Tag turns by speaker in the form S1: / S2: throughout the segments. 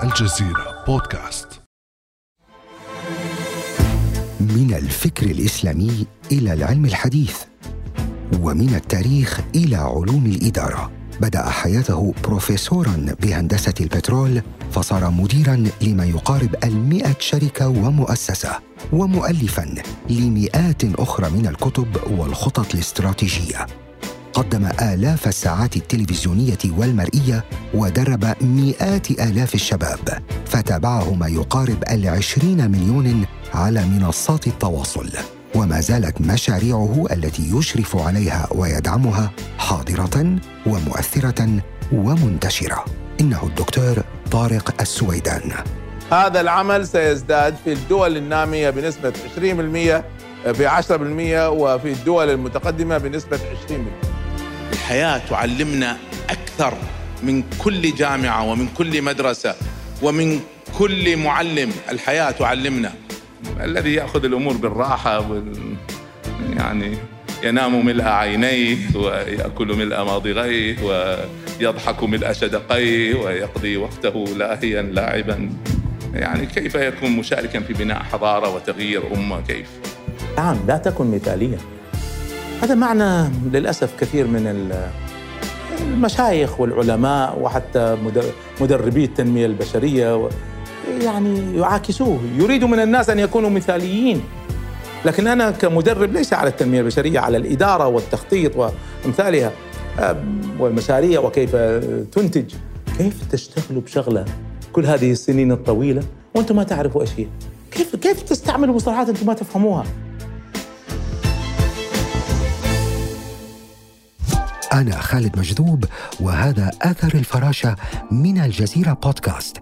S1: الجزيرة بودكاست.
S2: من الفكر الإسلامي إلى العلم الحديث، ومن التاريخ إلى علوم الإدارة. بدأ حياته بروفيسوراً بهندسة البترول، فصار مديراً لما يقارب 100 شركة ومؤسسة، ومؤلفاً لمئات أخرى من الكتب والخطط الاستراتيجية. قدم آلاف الساعات التلفزيونية والمرئية، ودرب مئات آلاف الشباب، فتابعه ما يقارب 20 مليون على منصات التواصل. وما زالت مشاريعه التي يشرف عليها ويدعمها حاضرة ومؤثرة ومنتشرة. إنه الدكتور طارق السويدان.
S3: هذا العمل سيزداد في الدول النامية بنسبة 20%، في 10%، وفي الدول المتقدمة بنسبة 20%.
S4: الحياة تعلمنا أكثر من كل جامعة ومن كل مدرسة ومن كل معلم. الحياة تعلمنا. الذي يأخذ الأمور بالراحة يعني ينام ملء عينيه ويأكل ملء ماضغيه ويضحك ملء شدقيه ويقضي وقته لاهيا لاعبا، يعني كيف يكون مشاركا في بناء حضارة وتغيير أمة؟ كيف؟
S5: نعم، لا تكن مثاليا. هذا معنى للأسف كثير من المشايخ والعلماء وحتى مدربي التنمية البشرية يعني يعاكسوه، يريدوا من الناس أن يكونوا مثاليين. لكن أنا كمدرب ليس على التنمية البشرية، على الإدارة والتخطيط وأمثالها والمشاريع وكيف تنتج. كيف تشتغلوا بشغلة كل هذه السنين الطويلة وأنتم ما تعرفوا إيش هي؟ كيف تستعملوا مصطلحات أنتم ما تفهموها؟
S2: أنا خالد مجذوب، وهذا أثر الفراشة من الجزيرة بودكاست.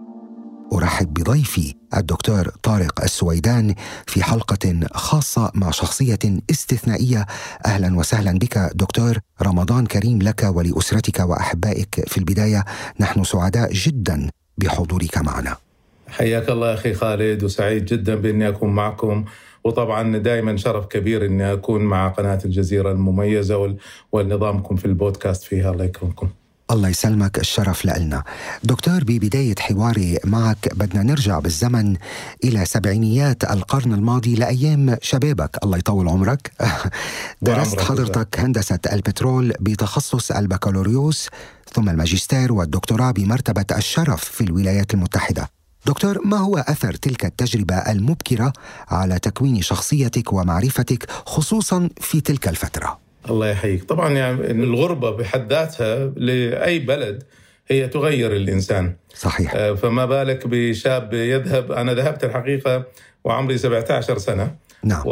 S2: أرحب بضيفي الدكتور طارق السويدان في حلقة خاصة مع شخصية استثنائية. أهلا وسهلا بك دكتور، رمضان كريم لك ولأسرتك وأحبائك. في البداية نحن سعداء جدا بحضورك معنا.
S6: حياك الله أخي خالد، وسعيد جدا بأني أكون معكم، وطبعا دائما شرف كبير أني أكون مع قناة الجزيرة المميزة والنظامكم في البودكاست فيها. الله يكرمكم.
S2: الله يسلمك، الشرف لنا. دكتور، ببداية حواري معك بدنا نرجع بالزمن إلى سبعينيات القرن الماضي، لأيام شبابك الله يطول عمرك. درست حضرتك هندسة البترول بتخصص البكالوريوس، ثم الماجستير والدكتوراه بمرتبة الشرف في الولايات المتحدة. دكتور، ما هو أثر تلك التجربة المبكرة على تكوين شخصيتك ومعرفتك خصوصا في تلك الفترة؟
S6: الله يحييك. طبعا يعني الغربة بحد ذاتها لأي بلد هي تغير الإنسان.
S2: صحيح.
S6: فما بالك بشاب يذهب. أنا ذهبت الحقيقة وعمري 17 سنة.
S2: نعم.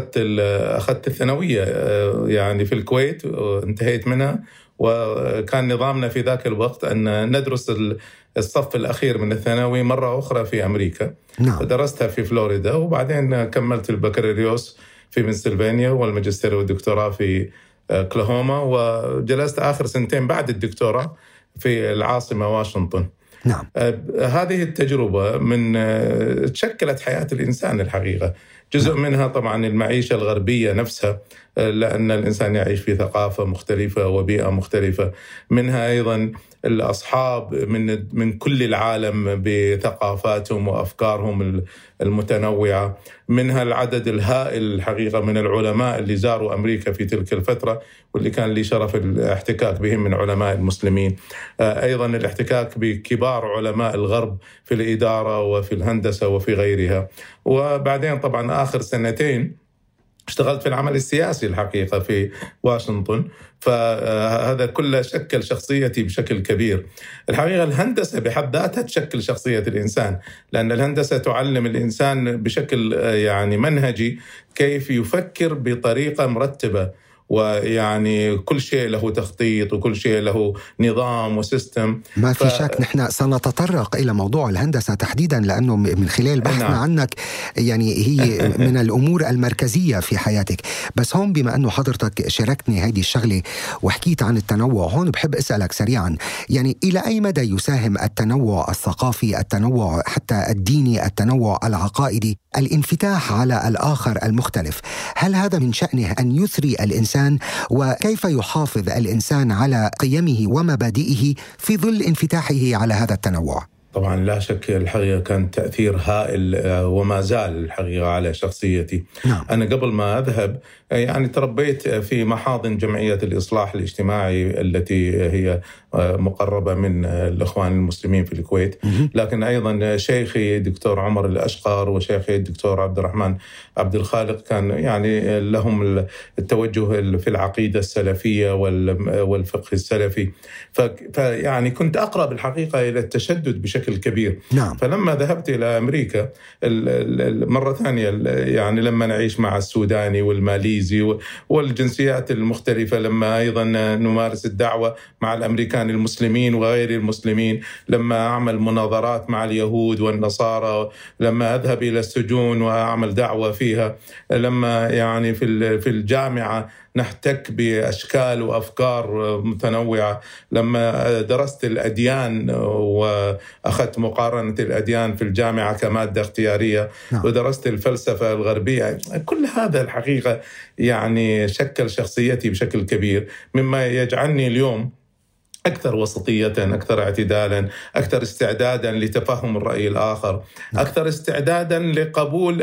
S6: وأخذت الثانوية يعني في الكويت وانتهيت منها، وكان نظامنا في ذاك الوقت أن ندرس الصف الأخير من الثانوي مرة أخرى في أمريكا.
S2: نعم.
S6: درستها في فلوريدا، وبعدين كملت البكالوريوس في بنسلفانيا والماجستير والدكتوراه في كلاهوما، وجلست آخر سنتين بعد الدكتوراه في العاصمة واشنطن.
S2: نعم.
S6: هذه التجربة تشكلت حياة الإنسان الحقيقة. جزء منها طبعا المعيشة الغربية نفسها، لأن الإنسان يعيش في ثقافة مختلفة وبيئة مختلفة. منها أيضا الأصحاب من كل العالم بثقافاتهم وأفكارهم المتنوعة. منها العدد الهائل الحقيقة من العلماء اللي زاروا أمريكا في تلك الفترة، واللي كان لي شرف الاحتكاك بهم من علماء المسلمين. أيضا الاحتكاك بكبار علماء الغرب في الإدارة وفي الهندسة وفي غيرها. وبعدين طبعا آخر سنتين اشتغلت في العمل السياسي الحقيقة في واشنطن، فهذا كله شكل شخصيتي بشكل كبير. الحقيقة الهندسة بحد ذاتها تشكل شخصية الإنسان، لأن الهندسة تعلم الإنسان بشكل يعني منهجي كيف يفكر بطريقة مرتبة، ويعني كل شيء له تخطيط وكل شيء له نظام وسيستم.
S2: ما في شك نحن سنتطرق إلى موضوع الهندسة تحديدا، لأنه من خلال بحثنا عنك يعني هي من الأمور المركزية في حياتك. بس هون بما أنه حضرتك شاركتني هذه الشغلة وحكيت عن التنوع، هون بحب أسألك سريعا، يعني إلى أي مدى يساهم التنوع الثقافي، التنوع حتى الديني، التنوع العقائدي، الانفتاح على الآخر المختلف؟ هل هذا من شأنه أن يثري الإنسان، وكيف يحافظ الإنسان على قيمه ومبادئه في ظل انفتاحه على هذا التنوع؟
S6: طبعا لا شك الحقيقة كان تأثير هائل وما زال الحقيقة على شخصيتي.
S2: نعم.
S6: أنا قبل ما أذهب يعني تربيت في محاضن جمعية الإصلاح الاجتماعي التي هي مقربة من الإخوان المسلمين في الكويت، لكن أيضا شيخي دكتور عمر الأشقر وشيخي الدكتور عبد الرحمن عبد الخالق كان يعني لهم التوجه في العقيدة السلفية والفقه السلفي، فيعني كنت أقرب الحقيقة إلى التشدد بشكل كبير.
S2: نعم.
S6: فلما ذهبت إلى أمريكا مرة ثانية يعني لما نعيش مع السوداني والماليزي والجنسيات المختلفة، لما أيضا نمارس الدعوة مع الأمريكان المسلمين وغير المسلمين، لما أعمل مناظرات مع اليهود والنصارى، لما أذهب إلى السجون وأعمل دعوة فيها، لما يعني في الجامعة نحتك بأشكال وأفكار متنوعة، لما درست الأديان وأخذت مقارنة الأديان في الجامعة كمادة اختيارية، ودرست الفلسفة الغربية، كل هذا الحقيقة يعني شكل شخصيتي بشكل كبير، مما يجعلني اليوم أكثر وسطية، أكثر اعتدالا، أكثر استعدادا لتفهم الرأي الآخر، أكثر استعدادا لقبول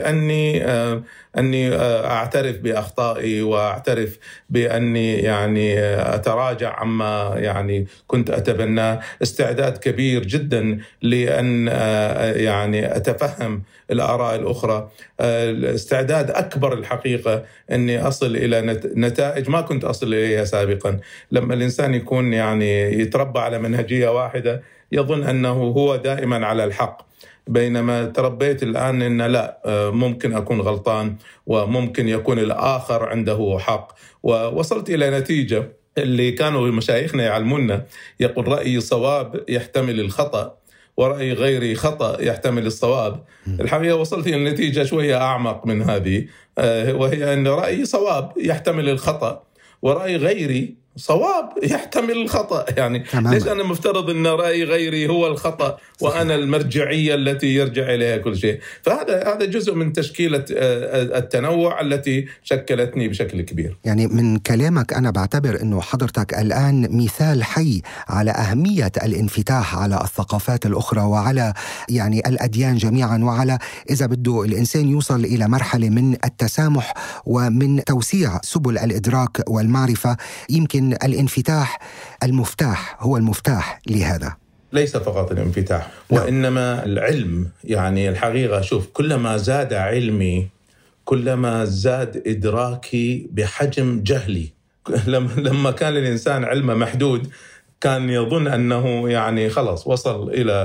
S6: أني أعترف بأخطائي وأعترف بأني يعني أتراجع عما يعني كنت أتبناه، استعداد كبير جدا لأن يعني أتفهم الآراء الأخرى، استعداد أكبر الحقيقة أني أصل إلى نتائج ما كنت أصل إليها سابقا. لما الإنسان يكون يعني يتربى على منهجية واحدة يظن أنه هو دائما على الحق، بينما تربيت الآن أن لا، ممكن أكون غلطان وممكن يكون الآخر عنده حق. ووصلت إلى نتيجة اللي كانوا مشايخنا يعلمونا، يقول رأيي صواب يحتمل الخطأ ورأي غيري خطأ يحتمل الصواب. الحقيقة وصلت إلى نتيجة شوية أعمق من هذه، وهي أن رأيي صواب يحتمل الخطأ ورأي غيري صواب يحتمل الخطأ. يعني
S2: تماما.
S6: ليش أنا مفترض أن رأي غيري هو الخطأ وأنا المرجعية التي يرجع إليها كل شيء؟ فهذا جزء من تشكيلة التنوع التي شكلتني بشكل كبير.
S2: يعني من كلامك أنا بعتبر أنه حضرتك الآن مثال حي على أهمية الانفتاح على الثقافات الأخرى وعلى يعني الأديان جميعا، وعلى إذا بده الإنسان يوصل إلى مرحلة من التسامح ومن توسيع سبل الإدراك والمعرفة. يمكن الانفتاح المفتاح هو المفتاح لهذا.
S6: ليس فقط الانفتاح وإنما العلم. يعني الحقيقة شوف، كلما زاد علمي كلما زاد إدراكي بحجم جهلي. لما كان الإنسان علمه محدود كان يظن أنه يعني خلاص وصل إلى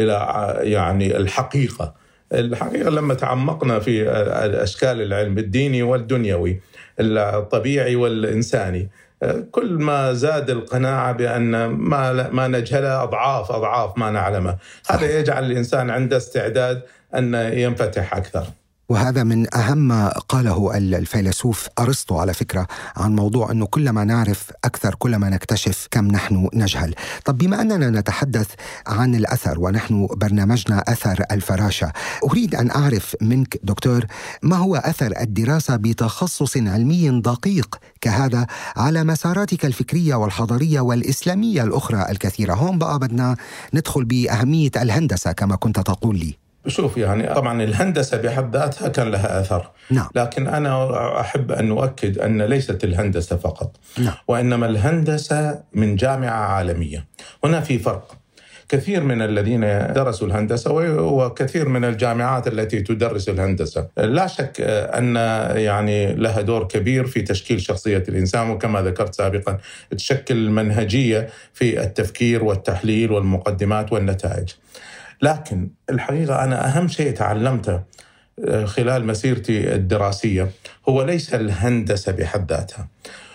S6: يعني الحقيقة لما تعمقنا في أشكال العلم الديني والدنيوي الطبيعي والإنساني، كل ما زاد القناعة بأن ما نجهله أضعاف ما نعلمه. هذا يجعل الإنسان عنده استعداد أن ينفتح أكثر.
S2: وهذا من أهم ما قاله الفيلسوف أرسطو على فكرة عن موضوع أنه كلما نعرف أكثر كلما نكتشف كم نحن نجهل. طب بما أننا نتحدث عن الأثر ونحن برنامجنا أثر الفراشة، أريد أن أعرف منك دكتور ما هو أثر الدراسة بتخصص علمي دقيق كهذا على مساراتك الفكرية والحضارية والإسلامية الأخرى الكثيرة. هون بقى بدنا ندخل بأهمية الهندسة كما كنت تقول لي.
S6: شوف، يعني طبعا الهندسة بحد ذاتها كان لها أثر.
S2: نعم.
S6: لكن أنا أحب أن أؤكد أن ليست الهندسة فقط.
S2: نعم.
S6: وإنما الهندسة من جامعة عالمية. هنا في فرق. كثير من الذين درسوا الهندسة وكثير من الجامعات التي تدرس الهندسة لا شك أن يعني لها دور كبير في تشكيل شخصية الإنسان، وكما ذكرت سابقا تشكل المنهجية في التفكير والتحليل والمقدمات والنتائج. لكن الحقيقة أنا أهم شيء تعلمته خلال مسيرتي الدراسية هو ليس الهندسة بحد ذاتها،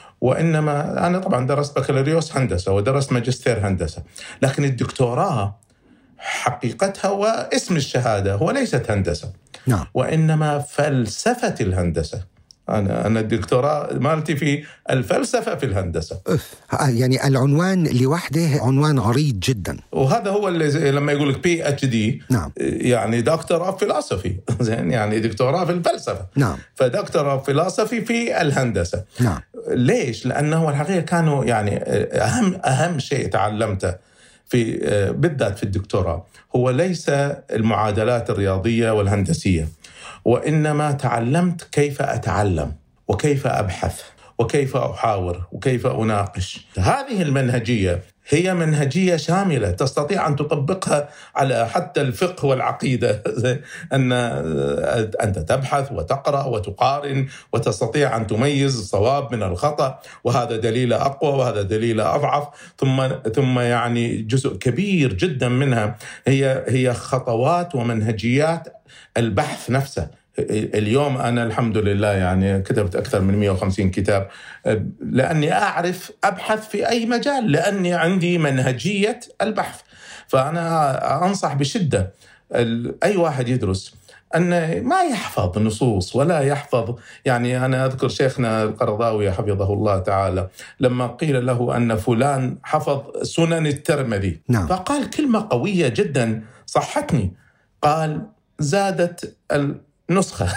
S6: وإنما أنا طبعا درست بكالوريوس هندسة ودرست ماجستير هندسة، لكن الدكتوراه حقيقتها واسم الشهادة هو ليست هندسة.
S2: نعم.
S6: وإنما فلسفة الهندسة. أنا الدكتوراه مالتي في الفلسفة في الهندسة.
S2: يعني العنوان لوحده عنوان عريض جدا.
S6: وهذا هو اللي لما يقول لك PhD،
S2: نعم،
S6: يعني دكتور اوف فيلسوفي، زين، يعني دكتوراه في الفلسفة.
S2: نعم.
S6: فدكتور اوف فيلسوفي في الهندسة.
S2: نعم.
S6: ليش؟ لأنه الحقيقة كانوا يعني أهم شيء تعلمته في بالذات في الدكتوراه هو ليس المعادلات الرياضية والهندسية، وإنما تعلمت كيف أتعلم وكيف أبحث وكيف أحاور وكيف أناقش. هذه المنهجية هي منهجية شاملة تستطيع أن تطبقها على حتى الفقه والعقيدة، أن أنت تبحث وتقرأ وتقارن وتستطيع أن تميز الصواب من الخطأ، وهذا دليل أقوى وهذا دليل أضعف. ثم يعني جزء كبير جدا منها هي خطوات ومنهجيات البحث نفسه. اليوم أنا الحمد لله يعني كتبت أكثر من 150 كتاب لأني أعرف أبحث في أي مجال، لأني عندي منهجية البحث. فأنا أنصح بشدة أي واحد يدرس أن ما يحفظ نصوص ولا يحفظ. يعني أنا أذكر شيخنا القرضاوي حفظه الله تعالى لما قيل له أن فلان حفظ سنن الترمذي، فقال كلمة قوية جدا صحتني، قال زادت نسخة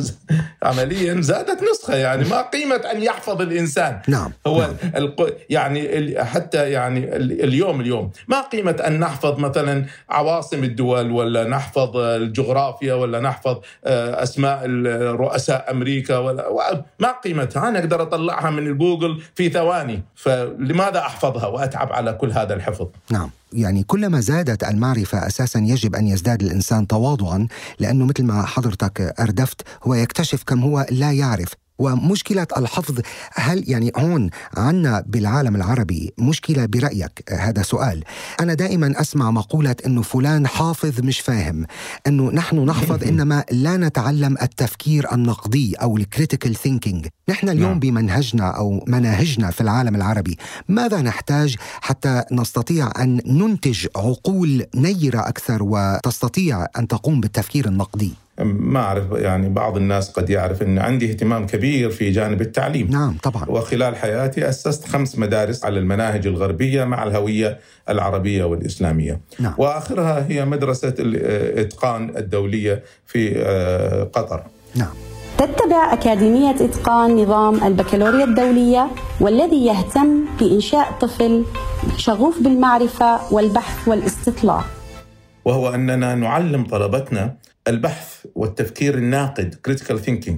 S6: عمليا زادت نسخة. يعني ما قيمة أن يحفظ الإنسان. هو يعني حتى يعني اليوم ما قيمة أن نحفظ مثلا عواصم الدول ولا نحفظ الجغرافيا ولا نحفظ أسماء رؤساء أمريكا، ولا ما قيمتها. أنا أقدر أطلعها من الجوجل في ثواني، فلماذا أحفظها وأتعب على كل هذا الحفظ؟
S2: يعني كلما زادت المعرفة أساساً يجب أن يزداد الإنسان تواضعاً، لأنه مثل ما حضرتك أردفت هو يكتشف كم هو لا يعرف. ومشكلة الحفظ، هل يعني هون عنا بالعالم العربي مشكلة برأيك؟ هذا سؤال. أنا دائما أسمع مقولة أنه فلان حافظ مش فاهم، أنه نحن نحفظ إنما لا نتعلم التفكير النقدي أو الكريتيكال ثينكينج. نحن اليوم بمنهجنا أو مناهجنا في العالم العربي ماذا نحتاج حتى نستطيع أن ننتج عقول نيرة أكثر وتستطيع أن تقوم بالتفكير النقدي؟
S6: ما أعرف، يعني بعض الناس قد يعرف أن عندي اهتمام كبير في جانب التعليم.
S2: نعم طبعا.
S6: وخلال حياتي أسست 5 مدارس على المناهج الغربية مع الهوية العربية والإسلامية. وآخرها هي مدرسة الإتقان الدولية في قطر.
S7: تتبع أكاديمية إتقان نظام البكالوريا الدولية، والذي يهتم بإنشاء طفل شغوف بالمعرفة والبحث والاستطلاع،
S6: وهو أننا نعلم طلبتنا البحث والتفكير الناقد critical thinking،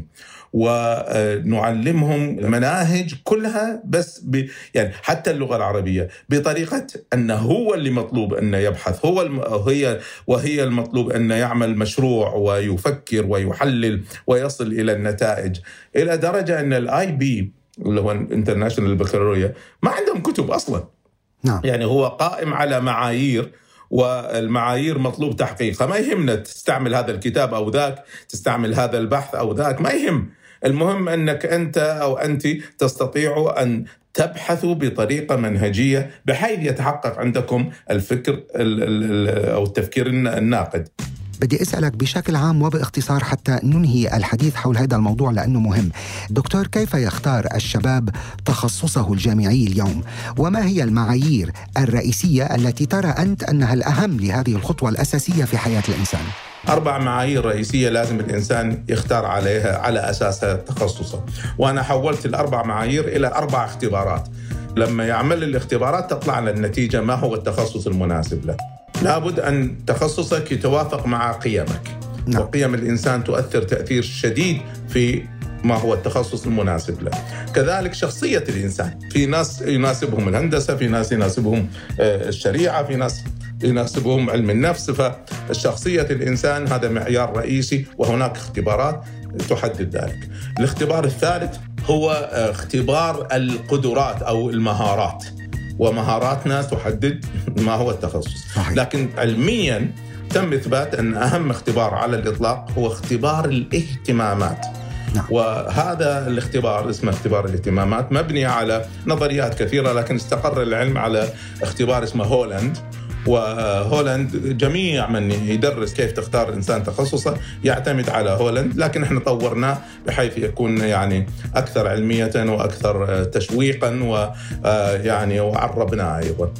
S6: ونعلمهم المناهج كلها بس يعني حتى اللغة العربية بطريقة أنه هو اللي مطلوب أن يبحث، وهي المطلوب أن يعمل مشروع ويفكر ويحلل ويصل إلى النتائج، إلى درجة أن الIB اللي هو International Baccalaureate ما عندهم كتب أصلا. يعني هو قائم على معايير، والمعايير مطلوب تحقيقها. ما يهمنا تستعمل هذا الكتاب أو ذاك، تستعمل هذا البحث أو ذاك، ما يهم. المهم أنك أنت أو أنت تستطيعوا أن تبحثوا بطريقة منهجية بحيث يتحقق عندكم الفكر أو التفكير الناقد.
S2: بدي أسألك بشكل عام وباختصار حتى ننهي الحديث حول هذا الموضوع لأنه مهم. دكتور، كيف يختار الشباب تخصصه الجامعي اليوم؟ وما هي المعايير الرئيسية التي ترى أنت أنها الأهم لهذه الخطوة الأساسية في حياة الإنسان؟
S6: 4 معايير رئيسية لازم الإنسان يختار عليها على أساسها تخصصه، وأنا حولت ال4 معايير إلى 4 اختبارات. لما يعمل الاختبارات تطلع على النتيجة ما هو التخصص المناسب له. لابد أن تخصصك يتوافق مع قيمك. وقيم الإنسان تؤثر تأثير شديد في ما هو التخصص المناسب له. كذلك شخصية الإنسان، في ناس يناسبهم الهندسة، في ناس يناسبهم الشريعة، في ناس يناسبهم علم النفس. فالشخصية الإنسان هذا معيار رئيسي، وهناك اختبارات تحدد ذلك. الاختبار الثالث هو اختبار القدرات أو المهارات، ومهاراتنا تحدد ما هو التخصص. لكن علمياً تم إثبات أن أهم اختبار على الإطلاق هو اختبار الاهتمامات. وهذا الاختبار اسمه اختبار الاهتمامات، مبني على نظريات كثيرة، لكن استقر العلم على اختبار اسمه هولاند. وهولاند جميع من يدرس كيف تختار إنسان تخصصه يعتمد على هولاند، لكن احنا طورناه بحيث يكون يعني أكثر علمية وأكثر تشويقا، ويعني وعربناه أيضا.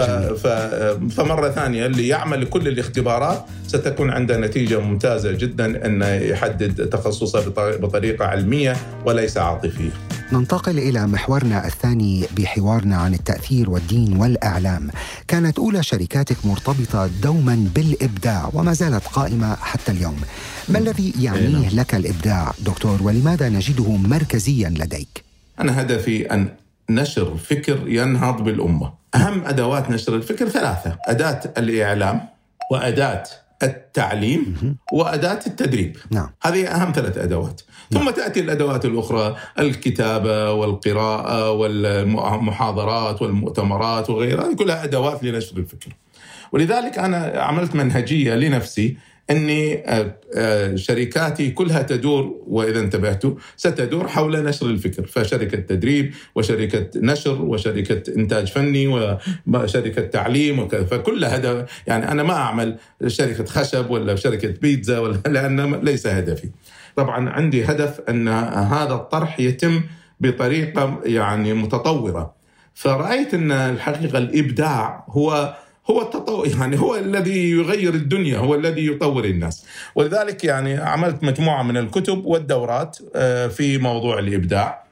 S6: فمرة ثانية اللي يعمل كل الاختبارات ستكون عنده نتيجة ممتازة جدا أنه يحدد تخصصه بطريقة علمية وليس عاطفية.
S2: ننتقل إلى محورنا الثاني بحوارنا عن التأثير والدين والإعلام. كانت أولى شركاتك مرتبطة دوما بالإبداع وما زالت قائمة حتى اليوم. ما الذي يعنيه لك الإبداع دكتور، ولماذا نجده مركزيا لديك؟
S6: أنا هدفي أن نشر فكر ينهض بالأمة. أهم أدوات نشر الفكر 3: أداة الإعلام، وأداة التعليم، وأداة التدريب.
S2: نعم.
S6: هذه أهم 3 أدوات. ثم تأتي الأدوات الأخرى: الكتابة والقراءة والمحاضرات والمؤتمرات وغيرها، كلها أدوات لنشر الفكر. ولذلك أنا عملت منهجية لنفسي أني شركاتي كلها تدور، وإذا انتبهتوا ستدور حول نشر الفكر. فشركة تدريب وشركة نشر وشركة إنتاج فني وشركة تعليم فكل هذا يعني أنا ما أعمل شركة خشب ولا شركة بيتزا لأن ليس هدفي. طبعا عندي هدف أن هذا الطرح يتم بطريقة يعني متطورة. فرأيت أن الحقيقة الإبداع هو التطور، يعني هو الذي يغير الدنيا، هو الذي يطور الناس. ولذلك يعني عملت مجموعة من الكتب والدورات في موضوع الإبداع،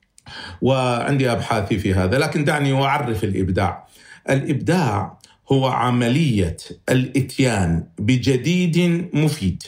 S6: وعندي أبحاثي في هذا. لكن دعني أعرف الإبداع. الإبداع هو عملية الإتيان بجديد مفيد.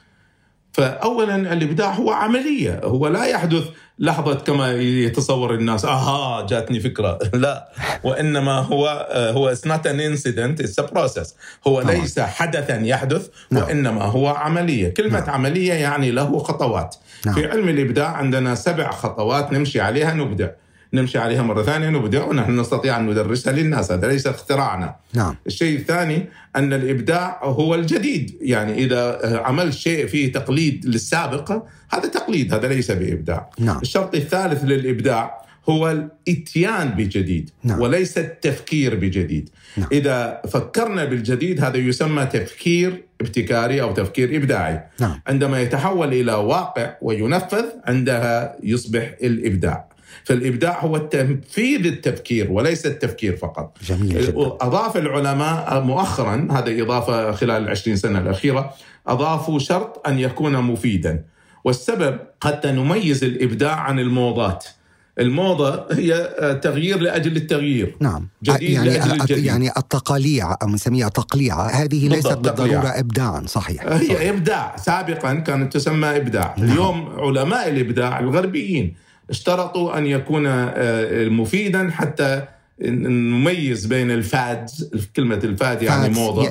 S6: فأولا الإبداع هو عملية، هو لا يحدث لحظة كما يتصور الناس جاتني فكرة، لا، وإنما هو it's not an incident, it's a process. هو ليس حدثا يحدث، وإنما هو عملية. كلمة عملية يعني له خطوات. في علم الإبداع عندنا 7 خطوات نمشي عليها نبدع، نمشي عليها مرة ثانية نبدع، ونحن نستطيع أن ندرسها للناس. هذا ليس اختراعنا. الشيء الثاني أن الإبداع هو الجديد. يعني إذا عملت شيء فيه تقليد للسابق هذا تقليد، هذا ليس بإبداع. الشرط الثالث للإبداع هو الإتيان بجديد، وليس التفكير بجديد. إذا فكرنا بالجديد هذا يسمى تفكير ابتكاري أو تفكير إبداعي. عندما يتحول إلى واقع وينفذ عندها يصبح الإبداع. فالإبداع هو تنفيذ التفكير وليس التفكير فقط.
S2: جميل.
S6: أضاف العلماء مؤخرا، هذا إضافة خلال 20 سنة الأخيرة، أضافوا شرط أن يكون مفيدا. والسبب حتى نميز الإبداع عن الموضات. الموضة هي تغيير لأجل التغيير.
S2: جديد يعني لأجل الجديد. يعني التقاليع أو نسميها تقليعة، هذه ليست بالضرورة إبداعا. صحيح.
S6: هي إبداع، سابقا كانت تسمى إبداع. اليوم علماء الإبداع الغربيين اشترطوا أن يكون مفيدا حتى نميز بين الفاد، كلمة الفاد يعني موضة،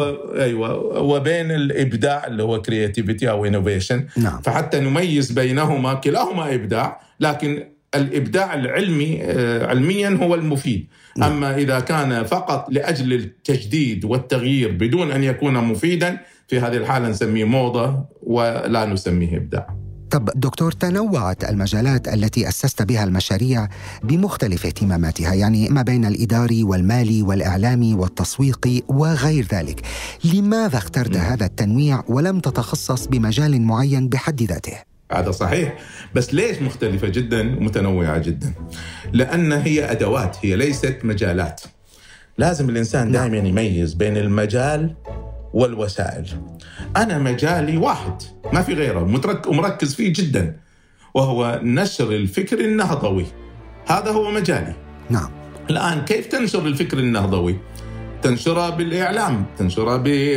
S6: وبين الإبداع اللي هو creativity أو innovation. فحتى نميز بينهما، كلاهما إبداع، لكن الإبداع العلمي علميا هو المفيد. أما إذا كان فقط لأجل التجديد والتغيير بدون أن يكون مفيدا، في هذه الحالة نسميه موضة ولا نسميه إبداع.
S2: طب دكتور، تنوعت المجالات التي أسست بها المشاريع بمختلف اهتماماتها، يعني ما بين الإداري والمالي والإعلامي والتسويقي وغير ذلك. لماذا اخترت هذا التنويع ولم تتخصص بمجال معين بحد ذاته؟
S6: هذا صحيح، بس ليش مختلفة جدا ومتنوعة جدا؟ لأن هي أدوات، هي ليست مجالات. لازم الإنسان دائما يميز بين المجال والوسائل. أنا مجالي واحد ما في غيره، ومركز فيه جدا، وهو نشر الفكر النهضوي. هذا هو مجالي. الآن كيف تنشر الفكر النهضوي؟ تنشرها بالإعلام، تنشرها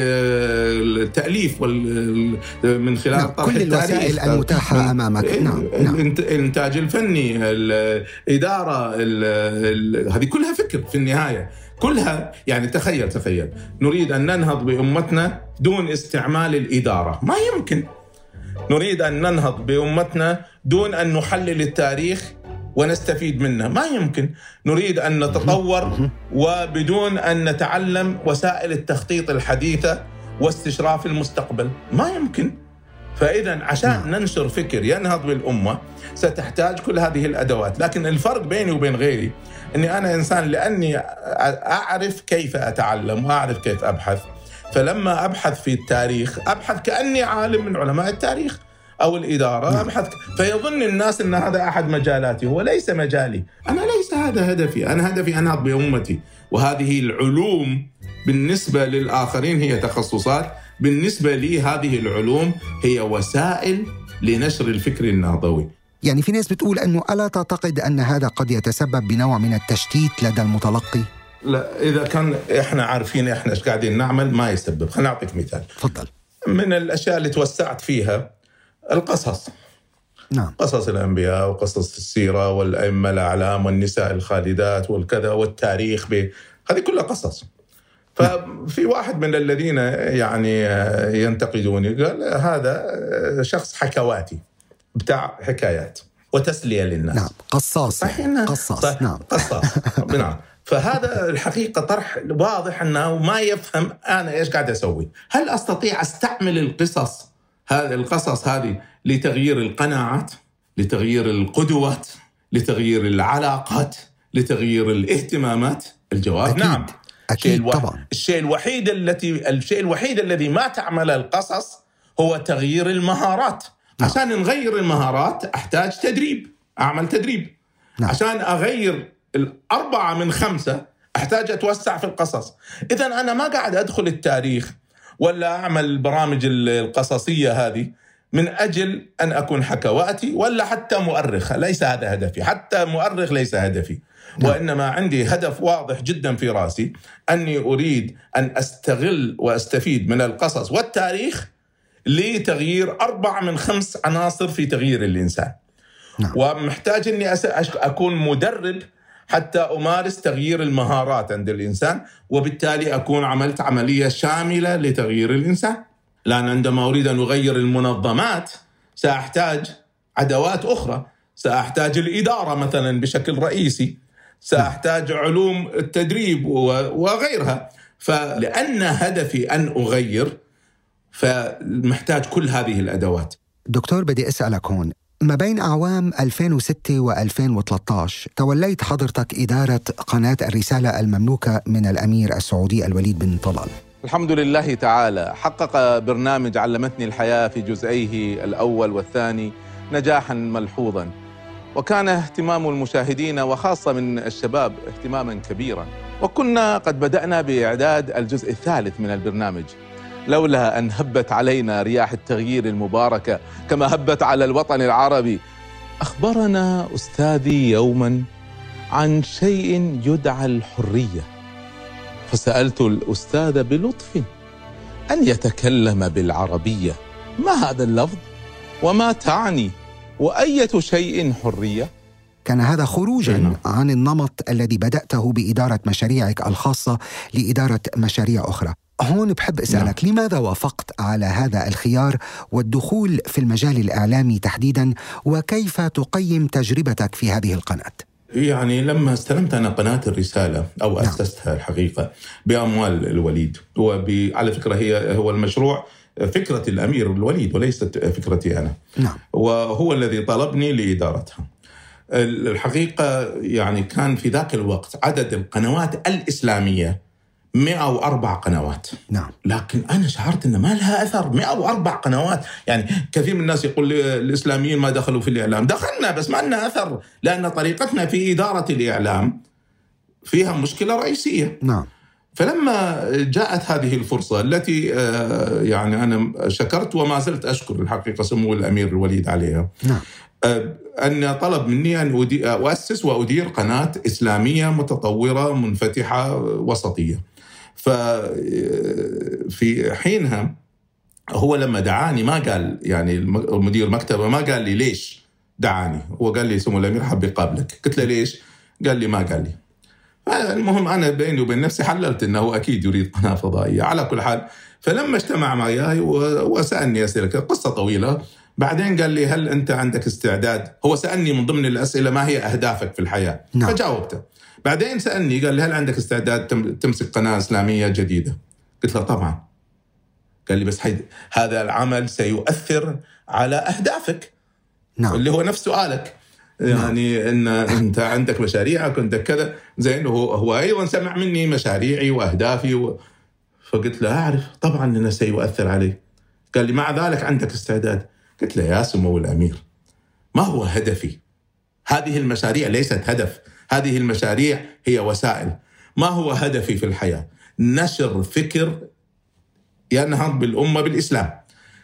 S6: بالتأليف من خلال طرح
S2: كل الوسائل المتاحة أمامك.
S6: الإنتاج الفني، الإدارة، هذه كلها فكر في النهاية، كلها. يعني تخيل نريد أن ننهض بأمتنا دون استعمال الإدارة، ما يمكن. نريد أن ننهض بأمتنا دون أن نحلل التاريخ ونستفيد منه، ما يمكن. نريد أن نتطور وبدون أن نتعلم وسائل التخطيط الحديثة واستشراف المستقبل، ما يمكن. فإذا عشان ننشر فكر ينهض بالأمة ستحتاج كل هذه الأدوات. لكن الفرق بيني وبين غيري أني أنا إنسان لأني أعرف كيف أتعلم وأعرف كيف أبحث. فلما أبحث في التاريخ أبحث كأني عالم من علماء التاريخ أو الإدارة، أبحث. فيظن الناس أن هذا أحد مجالاتي، هو ليس مجالي. أنا ليس هذا هدفي. أنا هدفي أنهض بأمتي. وهذه العلوم بالنسبة للآخرين هي تخصصات، بالنسبة لي هذه العلوم هي وسائل لنشر الفكر النهضوي.
S2: يعني في ناس بتقول أنه ألا تعتقد أن هذا قد يتسبب بنوع من التشتيت لدى المتلقي؟
S6: لا، إذا كان إحنا عارفين إحنا إيش قاعدين نعمل ما يسبب. خليني أعطيك مثال.
S2: تفضل.
S6: من الأشياء اللي توسعت فيها القصص.
S2: نعم.
S6: قصص الأنبياء وقصص السيرة والأئمة الأعلام والنساء الخالدات والكذا والتاريخ هذه كلها قصص. ففي واحد من الذين يعني ينتقدوني قال هذا شخص حكواتي بتاع حكايات وتسلية للناس.
S2: نعم، قصاص.
S6: صحيح.
S2: قصاص. نعم،
S6: قصاص. نعم. فهذا الحقيقة طرح واضح أنه ما يفهم أنا إيش قاعد أسوي. هل أستطيع أستعمل القصص هذه لتغيير القناعات، لتغيير القدوات، لتغيير العلاقات، لتغيير الاهتمامات؟ الجواب
S2: أكيد.
S6: نعم.
S2: أكيد طبعا.
S6: الشيء الوحيد الذي ما تعمل القصص هو تغيير المهارات.
S2: نعم.
S6: عشان نغير المهارات أحتاج تدريب، أعمل تدريب.
S2: نعم.
S6: عشان أغير 4 من 5 أحتاج أتوسع في القصص. إذن أنا ما قاعد أدخل التاريخ ولا أعمل البرامج القصصية هذه من أجل أن أكون حكواتي ولا حتى مؤرخ. ليس هذا هدفي، حتى مؤرخ ليس هدفي. وإنما عندي هدف واضح جدا في رأسي، أني أريد أن أستغل وأستفيد من القصص والتاريخ لتغيير 4 من 5 عناصر في تغيير الإنسان.
S2: نعم.
S6: ومحتاج أني أكون مدرب حتى أمارس تغيير المهارات عند الإنسان، وبالتالي أكون عملت عملية شاملة لتغيير الإنسان. لأن عندما أريد أن أغير المنظمات سأحتاج أدوات أخرى، سأحتاج الإدارة مثلا بشكل رئيسي، سأحتاج علوم التدريب وغيرها. فلأن هدفي أن أغير فمحتاج كل هذه الأدوات.
S2: دكتور، بدي أسألك هون، ما بين أعوام 2006 و2013 توليت حضرتك إدارة قناة الرسالة المملوكة من الأمير السعودي الوليد بن طلال.
S3: الحمد لله تعالى حقق برنامج علمتني الحياة في جزئيه الأول والثاني نجاحا ملحوظا، وكان اهتمام المشاهدين وخاصة من الشباب اهتماما كبيرا، وكنا قد بدأنا بإعداد الجزء الثالث من البرنامج، لولا أن هبت علينا رياح التغيير المباركة كما هبت على الوطن العربي. أخبرنا أستاذي يوما عن شيء يدعى الحرية، فسألت الأستاذ بلطف أن يتكلم بالعربية. ما هذا اللفظ؟ وما تعني؟ وأية شيء حرية؟
S2: كان هذا خروجاً عن النمط الذي بدأته بإدارة مشاريعك الخاصة لإدارة مشاريع أخرى. هون بحب أسألك، لماذا وافقت على هذا الخيار والدخول في المجال الإعلامي تحديداً، وكيف تقيم تجربتك في هذه القناة؟
S6: يعني لما استلمت أنا قناة الرسالة أو أسستها الحقيقة بأموال الوليد، على فكرة هو المشروع فكرة الأمير الوليد وليست فكرتي أنا.
S2: نعم.
S6: وهو الذي طلبني لإدارتها. الحقيقة يعني كان في ذاك الوقت عدد القنوات الإسلامية 104 قنوات.
S2: نعم.
S6: لكن أنا شعرت أن ما لها أثر. 104 قنوات، يعني كثير من الناس يقول الإسلاميين ما دخلوا في الإعلام. دخلنا بس ما لنا أثر، لأن طريقتنا في إدارة الإعلام فيها مشكلة رئيسية.
S2: نعم.
S6: فلما جاءت هذه الفرصة التي يعني أنا شكرت وما زلت أشكر الحقيقة سمو الأمير الوليد عليها.
S2: نعم.
S6: أن طلب مني أن أؤسس وأدير قناة إسلامية متطورة منفتحة وسطية. ففي حينها هو لما دعاني ما قال، يعني المدير المكتبة ما قال لي ليش دعاني، هو قال لي سمو الأمير حب يقابلك. قلت له ليش؟ قال لي ما قال لي. المهم أنا بيني وبين نفسي حللت أنه أكيد يريد قناة فضائية. على كل حال فلما اجتمع معي وسألني أسئلة، قصة طويلة، بعدين قال لي هل أنت عندك استعداد؟ هو سألني من ضمن الأسئلة ما هي أهدافك في الحياة؟
S2: نعم.
S6: فجاوبته. بعدين سألني قال لي هل عندك استعداد تمسك قناة إسلامية جديدة؟ قلت له طبعا. قال لي بس هذا العمل سيؤثر على أهدافك.
S2: نعم.
S6: اللي هو نفس سؤالك، يعني إن أنت عندك مشاريعك عندك كذا زين. هو أيضا سمع مني مشاريعي وأهدافي فقلت له أعرف طبعا أنه سيؤثر علي. قال لي مع ذلك عندك استعداد؟ قلت له يا سمو الأمير ما هو هدفي؟ هذه المشاريع ليست هدف، هذه المشاريع هي وسائل. ما هو هدفي في الحياة؟ نشر فكر ينهض بالأمة بالإسلام.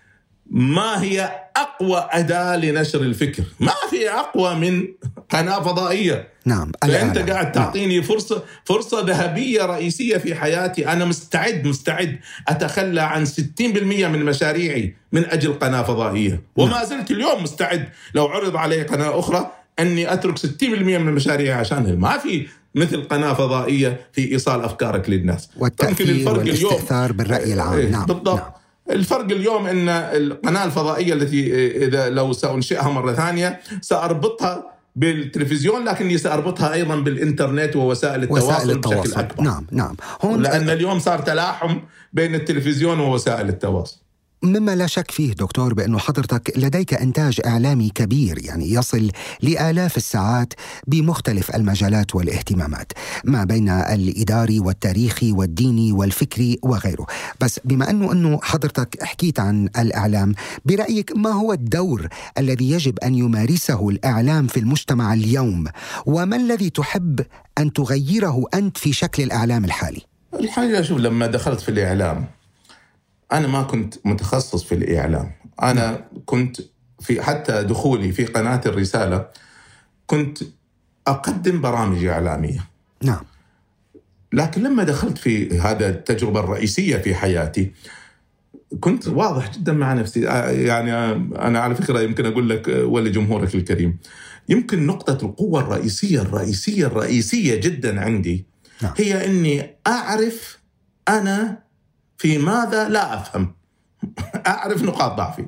S4: ما هي أقوى أداة لنشر الفكر؟ ما في أقوى من قناة فضائية.
S2: نعم.
S4: فأنت قاعد تعطيني فرصة ذهبية رئيسية في حياتي. أنا مستعد أتخلى عن 60% من مشاريعي من أجل قناة فضائية، وما زلت اليوم مستعد لو عرض علي قناة أخرى أني أترك 60% من مشاريعي عشانها. ما في مثل قناة فضائية في إيصال أفكارك للناس.
S2: والتأثير والاستئثار بالرأي العام.
S4: نعم بالضبط. نعم. الفرق اليوم أن القناة الفضائية التي إذا لو سأنشئها مرة ثانية سأربطها بالتلفزيون، لكني سأربطها أيضا بالإنترنت ووسائل التواصل بشكل أكبر.
S2: نعم.
S4: هون لأن اليوم صار تلاحم بين التلفزيون ووسائل التواصل.
S2: مما لا شك فيه دكتور بأنه حضرتك لديك إنتاج إعلامي كبير، يعني يصل لآلاف الساعات بمختلف المجالات والاهتمامات ما بين الإداري والتاريخي والديني والفكري وغيره. بس بما أنه حضرتك حكيت عن الإعلام، برأيك ما هو الدور الذي يجب أن يمارسه الإعلام في المجتمع اليوم، وما الذي تحب أن تغيره أنت في شكل الإعلام الحالي؟
S4: الحقيقة شوف، لما دخلت في الإعلام أنا ما كنت متخصص في الإعلام. أنا كنت في حتى دخولي في قناة الرسالة كنت أقدم برامج إعلامية.
S2: نعم.
S4: لكن لما دخلت في هذا التجربة الرئيسية في حياتي كنت واضح جدا مع نفسي. يعني أنا على فكرة يمكن أقول لك ولجمهورك الكريم، يمكن نقطة القوة الرئيسية جدا عندي هي أني أعرف أنا في ماذا لا أفهم. أعرف نقاط ضعفي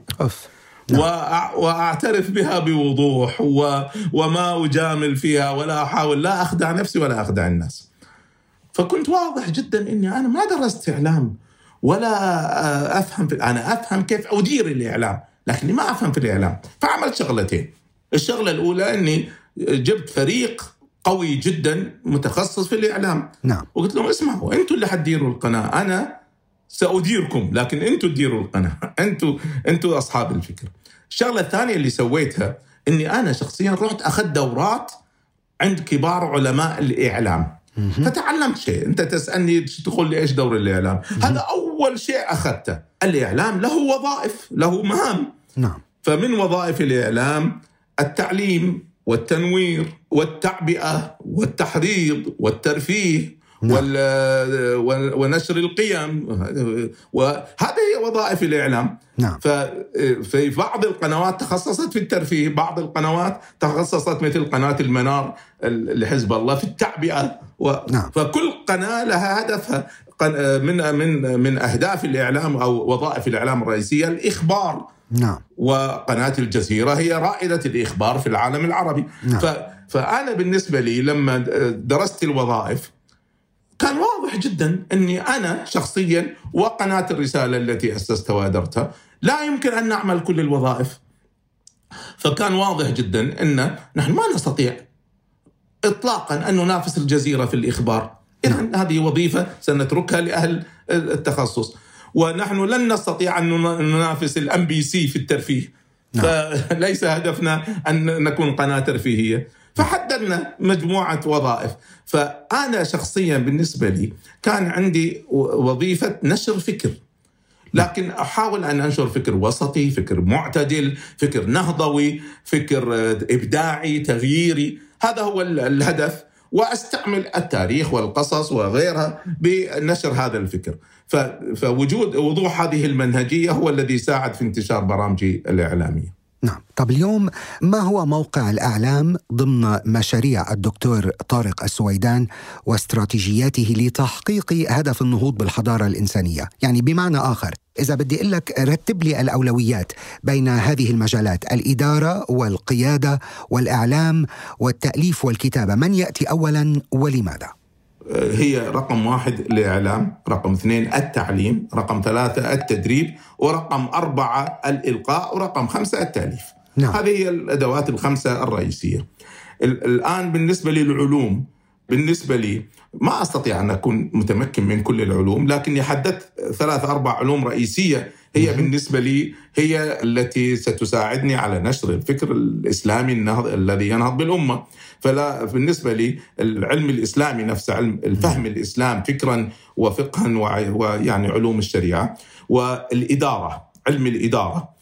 S4: وأعترف بها بوضوح وما أجامل فيها ولا أحاول لا أخدع نفسي ولا أخدع الناس. فكنت واضح جدا أني أنا ما درست إعلام ولا أفهم أنا أفهم كيف أدير الإعلام، لكني ما أفهم في الإعلام. فعملت شغلتين. الشغلة الأولى أني جبت فريق قوي جدا متخصص في الإعلام.
S2: نعم.
S4: وقلت لهم اسمعوا، أنتوا اللي حتديروا القناة، أنا سأديركم، لكن أنتوا تديروا القناة، أنتوا أصحاب الفكر. الشغلة الثانية اللي سويتها أني أنا شخصيا رحت أخذ دورات عند كبار علماء الإعلام. فتعلمت شيء. أنت تسألني تقول لي إيش دور الإعلام؟ هذا أول شيء أخذته. الإعلام له وظائف، له مهام.
S2: نعم.
S4: فمن وظائف الإعلام التعليم والتنوير والتعبئة والتحريض والترفيه ونشر القيم، وهذه هي وظائف الإعلام.
S2: نعم.
S4: ففي بعض القنوات تخصصت في الترفيه، بعض القنوات تخصصت مثل قناة المنار لحزب الله في التعبئة.
S2: نعم.
S4: فكل قناة لها هدفها. من أهداف الإعلام أو وظائف الإعلام الرئيسية الإخبار.
S2: نعم.
S4: وقناة الجزيرة هي رائدة الإخبار في العالم العربي.
S2: نعم.
S4: فأنا بالنسبة لي لما درست الوظائف كان واضح جدا أني أنا شخصيا وقناة الرسالة التي أسستها وأدرتها لا يمكن أن نعمل كل الوظائف. فكان واضح جدا أن نحن ما نستطيع إطلاقا أن ننافس الجزيرة في الإخبار. إذن هذه وظيفة سنتركها لأهل التخصص. ونحن لن نستطيع أن ننافس الMBC في الترفيه. فليس هدفنا أن نكون قناة ترفيهية. فحددنا مجموعة وظائف. فأنا شخصيا بالنسبة لي كان عندي وظيفة نشر فكر، لكن أحاول أن أنشر فكر وسطي، فكر معتدل، فكر نهضوي، فكر إبداعي تغييري. هذا هو الهدف. وأستعمل التاريخ والقصص وغيرها بنشر هذا الفكر. فوجود وضوح هذه المنهجية هو الذي ساعد في انتشار برامجي الإعلامية.
S2: نعم. طب اليوم ما هو موقع الإعلام ضمن مشاريع الدكتور طارق السويدان واستراتيجياته لتحقيق هدف النهوض بالحضارة الإنسانية؟ يعني بمعنى آخر، إذا بدي أقول لك رتب لي الأولويات بين هذه المجالات، الإدارة والقيادة والإعلام والتأليف والكتابة، من يأتي أولا ولماذا؟
S4: هي رقم 1 الإعلام، رقم 2 التعليم، رقم 3 التدريب، ورقم 4 الإلقاء، ورقم 5 التأليف.
S2: نعم.
S4: هذه هي الأدوات الخمسة الرئيسية. الآن بالنسبة للعلوم، بالنسبة لي ما أستطيع أن أكون متمكن من كل العلوم، لكني حددت 3-4 علوم رئيسية هي بالنسبة لي هي التي ستساعدني على نشر الفكر الإسلامي الذي ينهض بالأمة. فلا بالنسبة لي العلم الإسلامي نفسه، علم الفهم الإسلام فكرا وفقها ويعني علوم الشريعة، والإدارة، علم الإدارة.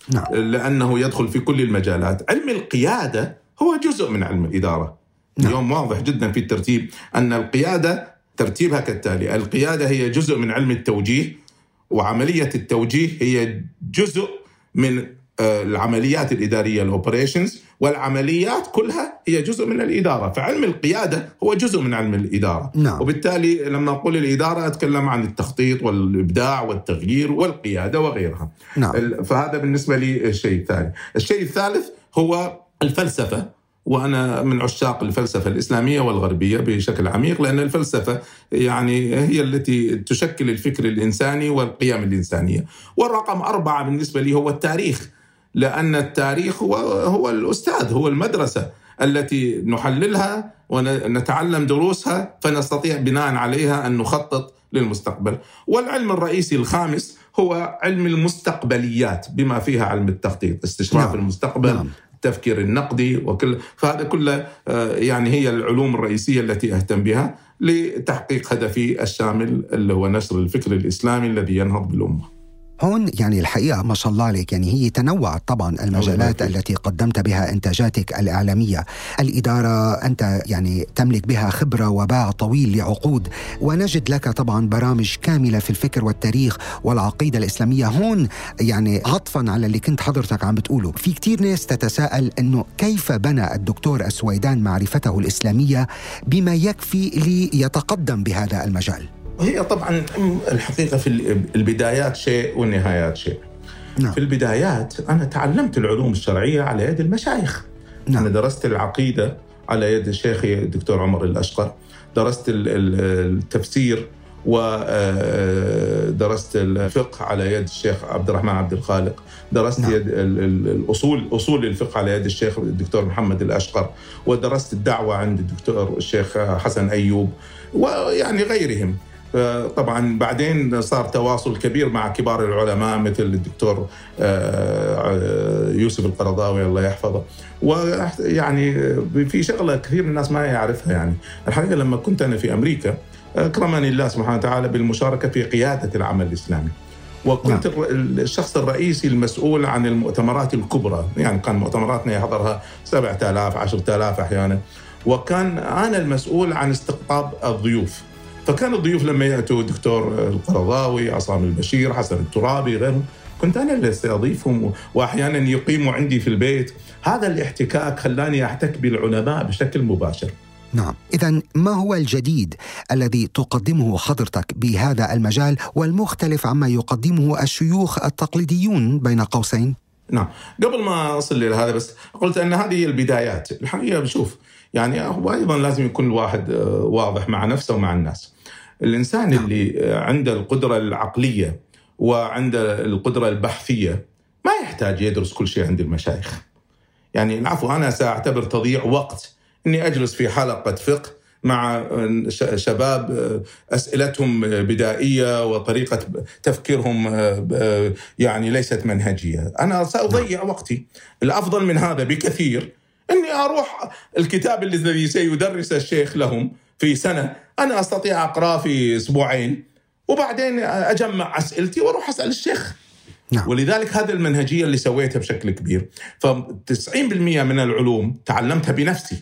S6: لأنه يدخل في كل المجالات. علم القيادة هو جزء من علم الإدارة. اليوم واضح جدا في الترتيب أن القيادة ترتيبها كالتالي: القيادة هي جزء من علم التوجيه، وعملية التوجيه هي جزء من العمليات الإدارية الأوبريشنز، والعمليات كلها هي جزء من الإدارة. فعلم القيادة هو جزء من علم الإدارة. وبالتالي لما أقول الإدارة أتكلم عن التخطيط والإبداع والتغيير والقيادة وغيرها. فهذا بالنسبة لي الشيء الثاني. الشيء الثالث هو الفلسفة، وأنا من عشاق الفلسفة الإسلامية والغربية بشكل عميق، لأن الفلسفة يعني هي التي تشكل الفكر الإنساني والقيم الإنسانية. والرقم 4 بالنسبة لي هو التاريخ، لأن التاريخ هو الأستاذ، هو المدرسة التي نحللها ونتعلم دروسها فنستطيع بناء عليها أن نخطط للمستقبل. والعلم الرئيسي الخامس هو علم المستقبليات، بما فيها علم التخطيط، استشراف المستقبل، التفكير النقدي فهذا كله يعني هي العلوم الرئيسية التي أهتم بها لتحقيق هدفي الشامل اللي هو نشر الفكر الإسلامي الذي ينهض بالأمة.
S2: هون يعني الحقيقة ما شاء الله عليك، يعني هي تنوعت طبعا المجالات التي قدمت بها إنتاجاتك الإعلامية. الإدارة أنت يعني تملك بها خبرة وباع طويل لعقود، ونجد لك طبعا برامج كاملة في الفكر والتاريخ والعقيدة الإسلامية. هون يعني عطفا على اللي كنت حضرتك عم بتقوله، في كتير ناس تتساءل أنه كيف بنى الدكتور السويدان معرفته الإسلامية بما يكفي ليتقدم بهذا المجال؟
S6: هي طبعا الحقيقة في البدايات شيء والنهايات شيء. في البدايات أنا تعلمت العلوم الشرعية على يد المشايخ. أنا درست العقيدة على يد شيخي الدكتور عمر الأشقر، درست التفسير ودرست الفقه على يد الشيخ عبد الرحمن عبد الخالق، درست أصول الفقه على يد الشيخ الدكتور محمد الأشقر، ودرست الدعوة عند الدكتور الشيخ حسن أيوب ويعني غيرهم. طبعا بعدين صار تواصل كبير مع كبار العلماء مثل الدكتور يوسف القرضاوي الله يحفظه. ويعني في شغلة كثير من الناس ما يعرفها، يعني الحقيقة لما كنت أنا في أمريكا أكرمني الله سبحانه وتعالى بالمشاركة في قيادة العمل الإسلامي، وكنت الشخص الرئيسي المسؤول عن المؤتمرات الكبرى. يعني كان مؤتمراتنا يحضرها 7,000 10,000 أحيانا، وكان أنا المسؤول عن استقطاب الضيوف. فكان الضيوف لما يأتوا الدكتور القرضاوي، عصام البشير، حسن الترابي، غيرهم، كنت أنا اللي استضيفهم، وأحيانا يقيموا عندي في البيت. هذا الاحتكاك خلاني أحتك بالعلماء بشكل مباشر.
S2: نعم. إذن ما هو الجديد الذي تقدمه حضرتك بهذا المجال والمختلف عما يقدمه الشيوخ التقليديون بين قوسين؟
S6: نعم، قبل ما أصل إلى هذا بس قلت أن هذه هي البدايات. الحقيقة بشوف يعني وأيضا لازم يكون الواحد واضح مع نفسه ومع الناس. الإنسان اللي عنده القدرة العقلية وعنده القدرة البحثية ما يحتاج يدرس كل شيء عند المشايخ. يعني العفو، أنا سأعتبر تضييع وقت أني أجلس في حلقة فقه مع شباب أسئلتهم بدائية وطريقة تفكيرهم يعني ليست منهجية. أنا سأضيع وقتي. الأفضل من هذا بكثير أني أروح الكتاب الذي سيدرس الشيخ لهم في سنة أنا أستطيع أقرأ في أسبوعين، وبعدين أجمع أسئلتي وأروح أسأل الشيخ. ولذلك هذا المنهجية اللي سويتها بشكل كبير. ف90% من العلوم تعلمتها بنفسي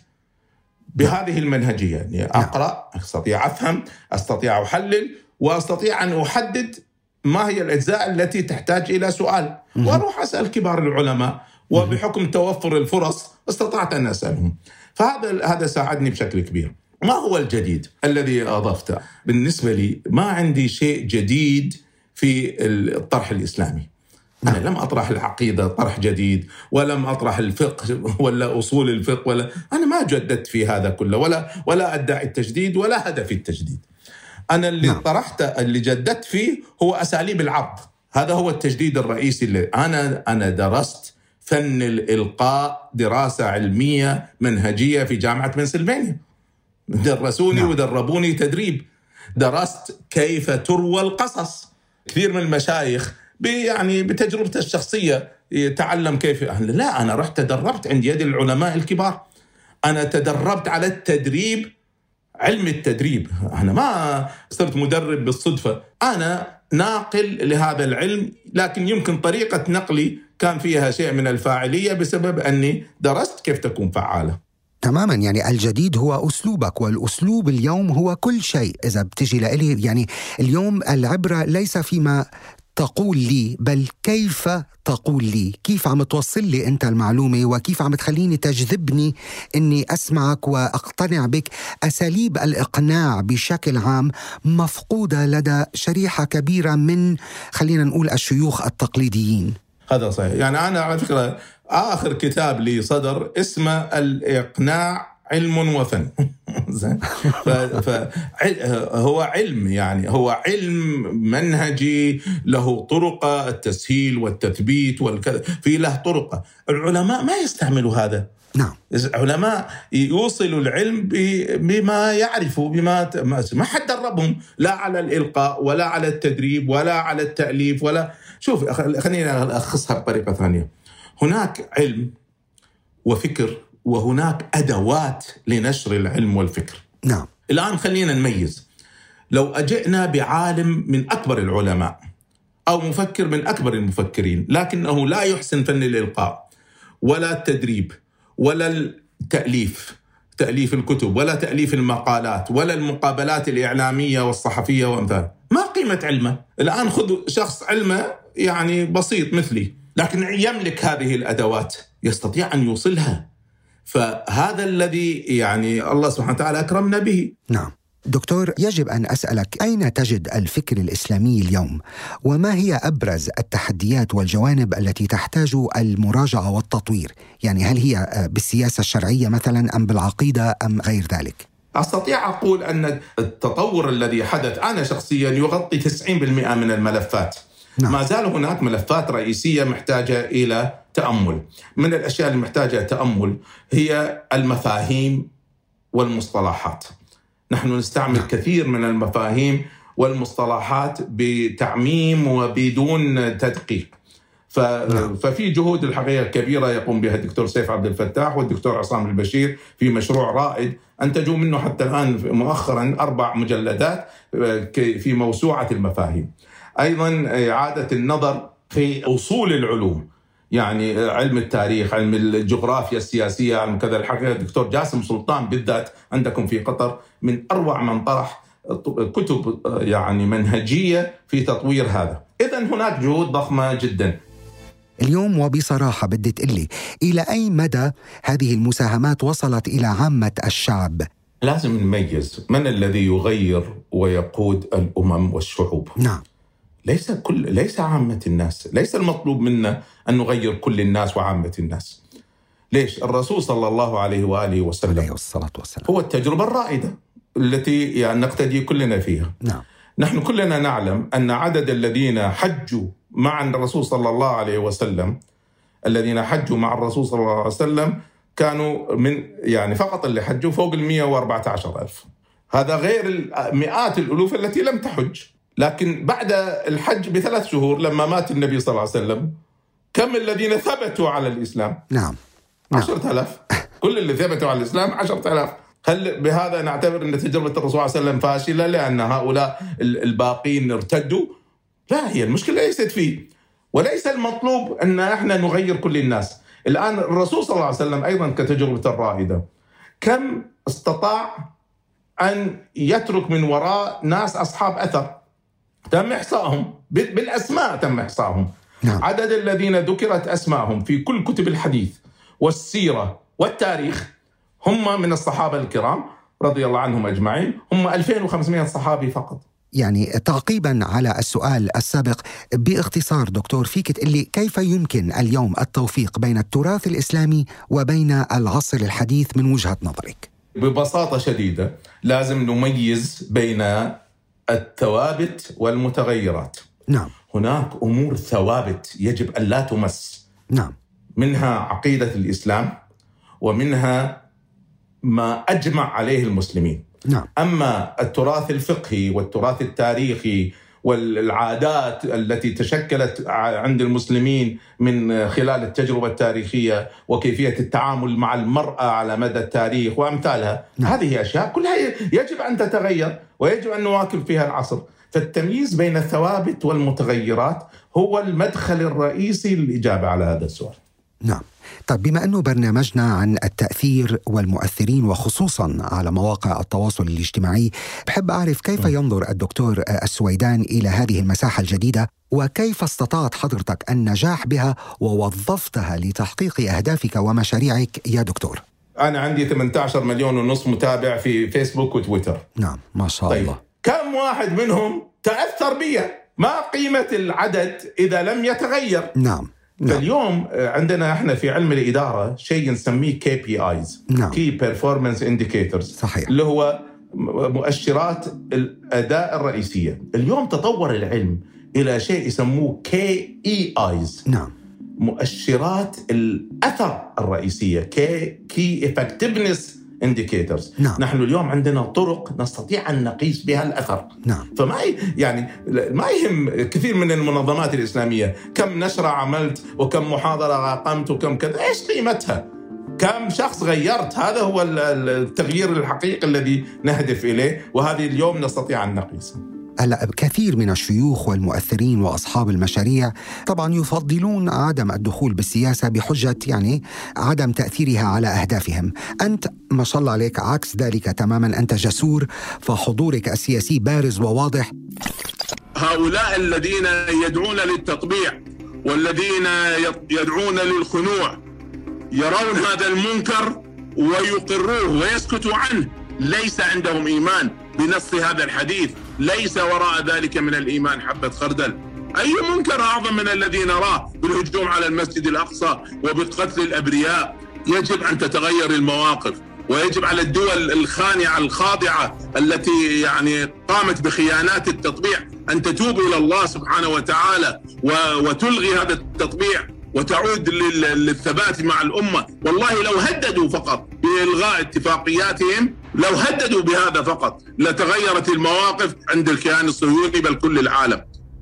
S6: بهذه المنهجية، يعني أقرأ، أستطيع أفهم، أستطيع أحلل، وأستطيع أن أحدد ما هي الأجزاء التي تحتاج إلى سؤال، وأروح أسأل كبار العلماء، وبحكم توفر الفرص استطعت أن أسألهم. فهذا ساعدني بشكل كبير. ما هو الجديد الذي أضفته؟ بالنسبة لي ما عندي شيء جديد في الطرح الإسلامي. أنا لم أطرح العقيدة طرح جديد، ولم أطرح الفقه ولا أصول الفقه، أنا ما جددت في هذا كله، ولا أدعي التجديد ولا هدفي التجديد. أنا اللي طرحته اللي جددت فيه هو أساليب العرض. هذا هو التجديد الرئيسي. اللي أنا درست فن الإلقاء دراسة علمية منهجية في جامعة بنسلفانيا، درسوني ودربوني تدريب. درست كيف تروى القصص. كثير من المشايخ يعني بتجربته الشخصية يتعلم كيف. لا، أنا رحت تدربت عند يد العلماء الكبار. أنا تدربت على التدريب، علم التدريب. أنا ما صرت مدرب بالصدفة، أنا ناقل لهذا العلم، لكن يمكن طريقة نقلي كان فيها شيء من الفاعلية بسبب أني درست كيف تكون فعالة.
S2: تماما، يعني الجديد هو أسلوبك، والأسلوب اليوم هو كل شيء. إذا بتجي لإلي يعني اليوم العبرة ليس فيما تقول لي، بل كيف تقول لي، كيف عم توصل لي أنت المعلومة، وكيف عم تخليني تجذبني أني أسمعك وأقتنع بك. أساليب الإقناع بشكل عام مفقودة لدى شريحة كبيرة من، خلينا نقول، الشيوخ التقليديين.
S6: هذا صحيح. يعني أنا على فكرة آخر كتاب لي صدر اسمه الإقناع علم وفن. فهو علم، يعني هو علم منهجي له طرقة، التسهيل والتثبيت والكذا، في له طرقة. العلماء ما يستعملوا هذا.
S2: نعم،
S6: العلماء يوصلوا العلم بما يعرفوا، ما حد دربهم لا على الإلقاء ولا على التدريب ولا على التأليف ولا. شوف، خلينا ألخصها بطريقة ثانية. هناك علم وفكر، وهناك أدوات لنشر العلم والفكر.
S2: نعم.
S6: الآن خلينا نميز. لو أجئنا بعالم من أكبر العلماء أو مفكر من أكبر المفكرين، لكنه لا يحسن فن الإلقاء ولا التدريب ولا التأليف، تأليف الكتب، ولا تأليف المقالات، ولا المقابلات الإعلامية والصحفية وأمثال، ما قيمة علمه؟ الآن خذوا شخص علمه يعني بسيط مثلي، لكن يملك هذه الأدوات، يستطيع أن يوصلها. فهذا الذي يعني الله سبحانه وتعالى أكرمنا به.
S2: نعم. دكتور، يجب أن أسألك، أين تجد الفكر الإسلامي اليوم؟ وما هي أبرز التحديات والجوانب التي تحتاج المراجعة والتطوير؟ يعني هل هي بالسياسة الشرعية مثلا، أم بالعقيدة، أم غير ذلك؟
S6: أستطيع أقول أن التطور الذي حدث أنا شخصيا يغطي 90% من الملفات.
S2: نعم.
S6: ما زال هناك ملفات رئيسية محتاجة إلى تأمل. من الأشياء المحتاجة تأمل هي المفاهيم والمصطلحات. نحن نستعمل كثير من المفاهيم والمصطلحات بتعميم وبدون تدقيق. ففي جهود الحقيقة كبيرة يقوم بها الدكتور سيف عبد الفتاح والدكتور عصام البشير في مشروع رائد، أنتجوا منه حتى الآن مؤخرا 4 مجلدات في موسوعة المفاهيم. أيضا إعادة النظر في أصول العلوم، يعني علم التاريخ، علم الجغرافيا السياسية، علم كذا. الحقيقة الدكتور جاسم سلطان بالذات عندكم في قطر من أروع من طرح كتب يعني منهجية في تطوير هذا. إذن هناك جهود ضخمة جدا.
S2: اليوم وبصراحة بدي تقلي، إلى أي مدى هذه المساهمات وصلت إلى عامة الشعب؟
S6: لازم نميز من الذي يغير ويقود الأمم والشعوب.
S2: نعم.
S6: ليس عامة الناس. ليس المطلوب منا أن نغير كل الناس وعامة الناس. ليش؟ الرسول صلى الله عليه وآله وسلم
S2: عليه الصلاة والسلام
S6: هو التجربة الرائدة التي يعني نقتدي كلنا فيها.
S2: نعم.
S6: نحن كلنا نعلم أن عدد الذين حجوا مع الرسول صلى الله عليه وسلم، الذين حجوا مع الرسول صلى الله عليه وسلم كانوا من يعني فقط اللي حجوا فوق 114,000. هذا غير المئات الألوف التي لم تحج. لكن بعد الحج ب3 شهور لما مات النبي صلى الله عليه وسلم، كم الذين ثبتوا على الإسلام؟
S2: نعم.
S6: 10,000. كل اللي ثبتوا على الإسلام 10,000. هل بهذا نعتبر أن تجربة الرسول صلى الله عليه وسلم فاشلة لأن هؤلاء الباقين ارتدوا؟ لا، هي المشكلة ليست فيه، وليس المطلوب أن احنا نغير كل الناس. الآن الرسول صلى الله عليه وسلم أيضا كتجربة الرائدة كم استطاع أن يترك من وراء ناس أصحاب أثر، تم إحصائهم بالأسماء، تم إحصائهم.
S2: نعم.
S6: عدد الذين ذكرت أسمائهم في كل كتب الحديث والسيرة والتاريخ هم من الصحابة الكرام رضي الله عنهم أجمعين، هم 2500 صحابي فقط.
S2: يعني تعقيبا على السؤال السابق، باختصار دكتور، فيك تقلي كيف يمكن اليوم التوفيق بين التراث الإسلامي وبين العصر الحديث من وجهة نظرك؟
S6: ببساطة شديدة لازم نميز بين الثوابت والمتغيرات.
S2: نعم.
S6: هناك أمور ثوابت يجب أن لا تمس.
S2: نعم.
S6: منها عقيدة الإسلام ومنها ما أجمع عليه المسلمين.
S2: نعم.
S6: أما التراث الفقهي والتراث التاريخي والعادات التي تشكلت عند المسلمين من خلال التجربة التاريخية وكيفية التعامل مع المرأة على مدى التاريخ وأمثالها، هذه أشياء كلها يجب أن تتغير ويجب أن نواكب فيها العصر. فالتمييز بين الثوابت والمتغيرات هو المدخل الرئيسي للإجابة على هذا السؤال.
S2: نعم. طيب، بما أنه برنامجنا عن التأثير والمؤثرين وخصوصا على مواقع التواصل الاجتماعي، بحب أعرف كيف ينظر الدكتور السويدان إلى هذه المساحة الجديدة، وكيف استطعت حضرتك النجاح بها ووظفتها لتحقيق أهدافك ومشاريعك يا دكتور؟
S6: أنا عندي 18 مليون ونصف متابع في فيسبوك وتويتر.
S2: نعم، ما شاء الله.
S6: كم واحد منهم تأثر بي؟ ما قيمة العدد إذا لم يتغير؟
S2: نعم.
S6: فاليوم عندنا احنا في علم الإدارة شيء نسميه KPIs،
S2: نعم.
S6: Key Performance Indicators،
S2: صحيح.
S6: اللي هو مؤشرات الأداء الرئيسية. اليوم تطور العلم إلى شيء يسموه KEIs،
S2: نعم،
S6: مؤشرات الأثر الرئيسية، Key Effectiveness Indicators.
S2: نعم.
S6: نحن اليوم عندنا طرق نستطيع أن نقيس بها الأثر.
S2: نعم.
S6: فما يعني ما يهم كثير من المنظمات الإسلامية كم نشرة عملت وكم محاضرة قمت وكم كذا، إيش قيمتها؟ كم شخص غيرت؟ هذا هو التغيير الحقيقي الذي نهدف إليه، وهذه اليوم نستطيع أن نقيسه.
S2: هلا كثير من الشيوخ والمؤثرين وأصحاب المشاريع طبعا يفضلون عدم الدخول بالسياسة بحجة يعني عدم تأثيرها على أهدافهم. أنت ما شاء الله عليك عكس ذلك تماما، أنت جسور، فحضورك السياسي بارز وواضح.
S4: هؤلاء الذين يدعون للتطبيع والذين يدعون للخنوع يرون هذا المنكر ويقروه ويسكتوا عنه، ليس عندهم إيمان بنص هذا الحديث، ليس وراء ذلك من الإيمان حبة خردل. أي منكر أعظم من الذي نراه بالهجوم على المسجد الأقصى وبقتل الأبرياء؟ يجب أن تتغير المواقف، ويجب على الدول الخانعة الخاضعة التي يعني قامت بخيانات التطبيع أن تتوب إلى الله سبحانه وتعالى وتلغي هذا التطبيع وتعود للثبات مع الأمة. والله لو هددوا فقط بإلغاء اتفاقياتهم، لو هددوا بهذا فقط، لتغيرت المواقف عند الكيان الصهيوني بل كل العالم.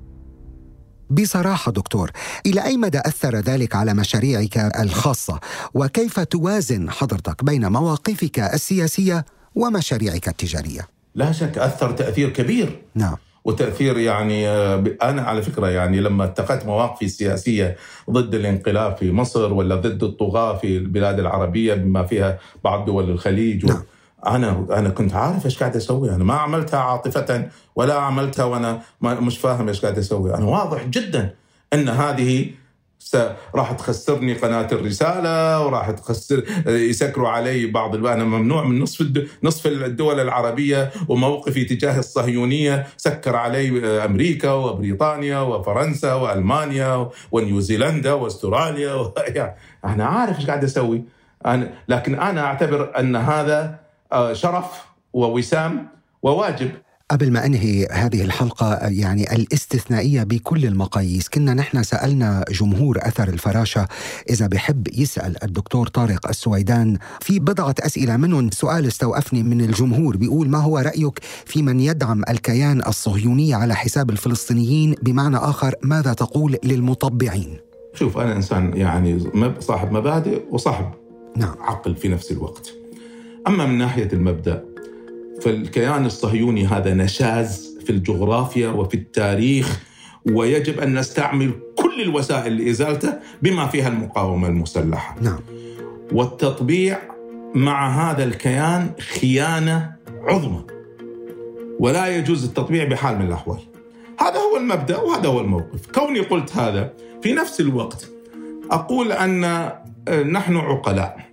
S2: بصراحة دكتور، إلى أي مدى أثر ذلك على مشاريعك الخاصة؟ وكيف توازن حضرتك بين مواقفك السياسية ومشاريعك التجارية؟
S6: لا شك أثر تأثير كبير.
S2: نعم.
S6: وتأثير يعني أنا على فكرة يعني لما اتخذت مواقفي السياسية ضد الانقلاب في مصر ولا ضد الطغاة في البلاد العربية بما فيها بعض دول الخليج،
S2: نعم.
S6: أنا كنت عارف إيش قاعد أسوي. أنا ما عملتها عاطفة ولا عملتها وأنا مش فاهم إيش قاعد أسوي. أنا واضح جدا أن هذه راح تخسرني قناة الرسالة، وراح يسكروا علي بعض أنا ممنوع من نصف الدول العربية، وموقفي تجاه الصهيونية سكر علي أمريكا وبريطانيا وفرنسا وألمانيا ونيوزيلندا واستراليا يعني أنا عارف إيش قاعد أسوي. لكن أنا أعتبر أن هذا شرف ووسام وواجب.
S2: قبل ما أنهي هذه الحلقة يعني الاستثنائية بكل المقاييس، كنا نحن سألنا جمهور أثر الفراشة إذا بحب يسأل الدكتور طارق السويدان في بضعة أسئلة، منهم سؤال استوقفني من الجمهور بيقول: ما هو رأيك في من يدعم الكيان الصهيوني على حساب الفلسطينيين؟ بمعنى آخر، ماذا تقول للمطبعين؟
S6: شوف، أنا إنسان يعني صاحب مبادئ وصاحب
S2: نعم.
S6: عقل في نفس الوقت. أما من ناحية المبدأ، فالكيان الصهيوني هذا نشاز في الجغرافيا وفي التاريخ، ويجب أن نستعمل كل الوسائل لإزالته بما فيها المقاومة المسلحة.
S2: نعم.
S6: والتطبيع مع هذا الكيان خيانة عظمى، ولا يجوز التطبيع بحال من الأحوال. هذا هو المبدأ وهذا هو الموقف. كوني قلت هذا، في نفس الوقت أقول أن نحن عقلاء.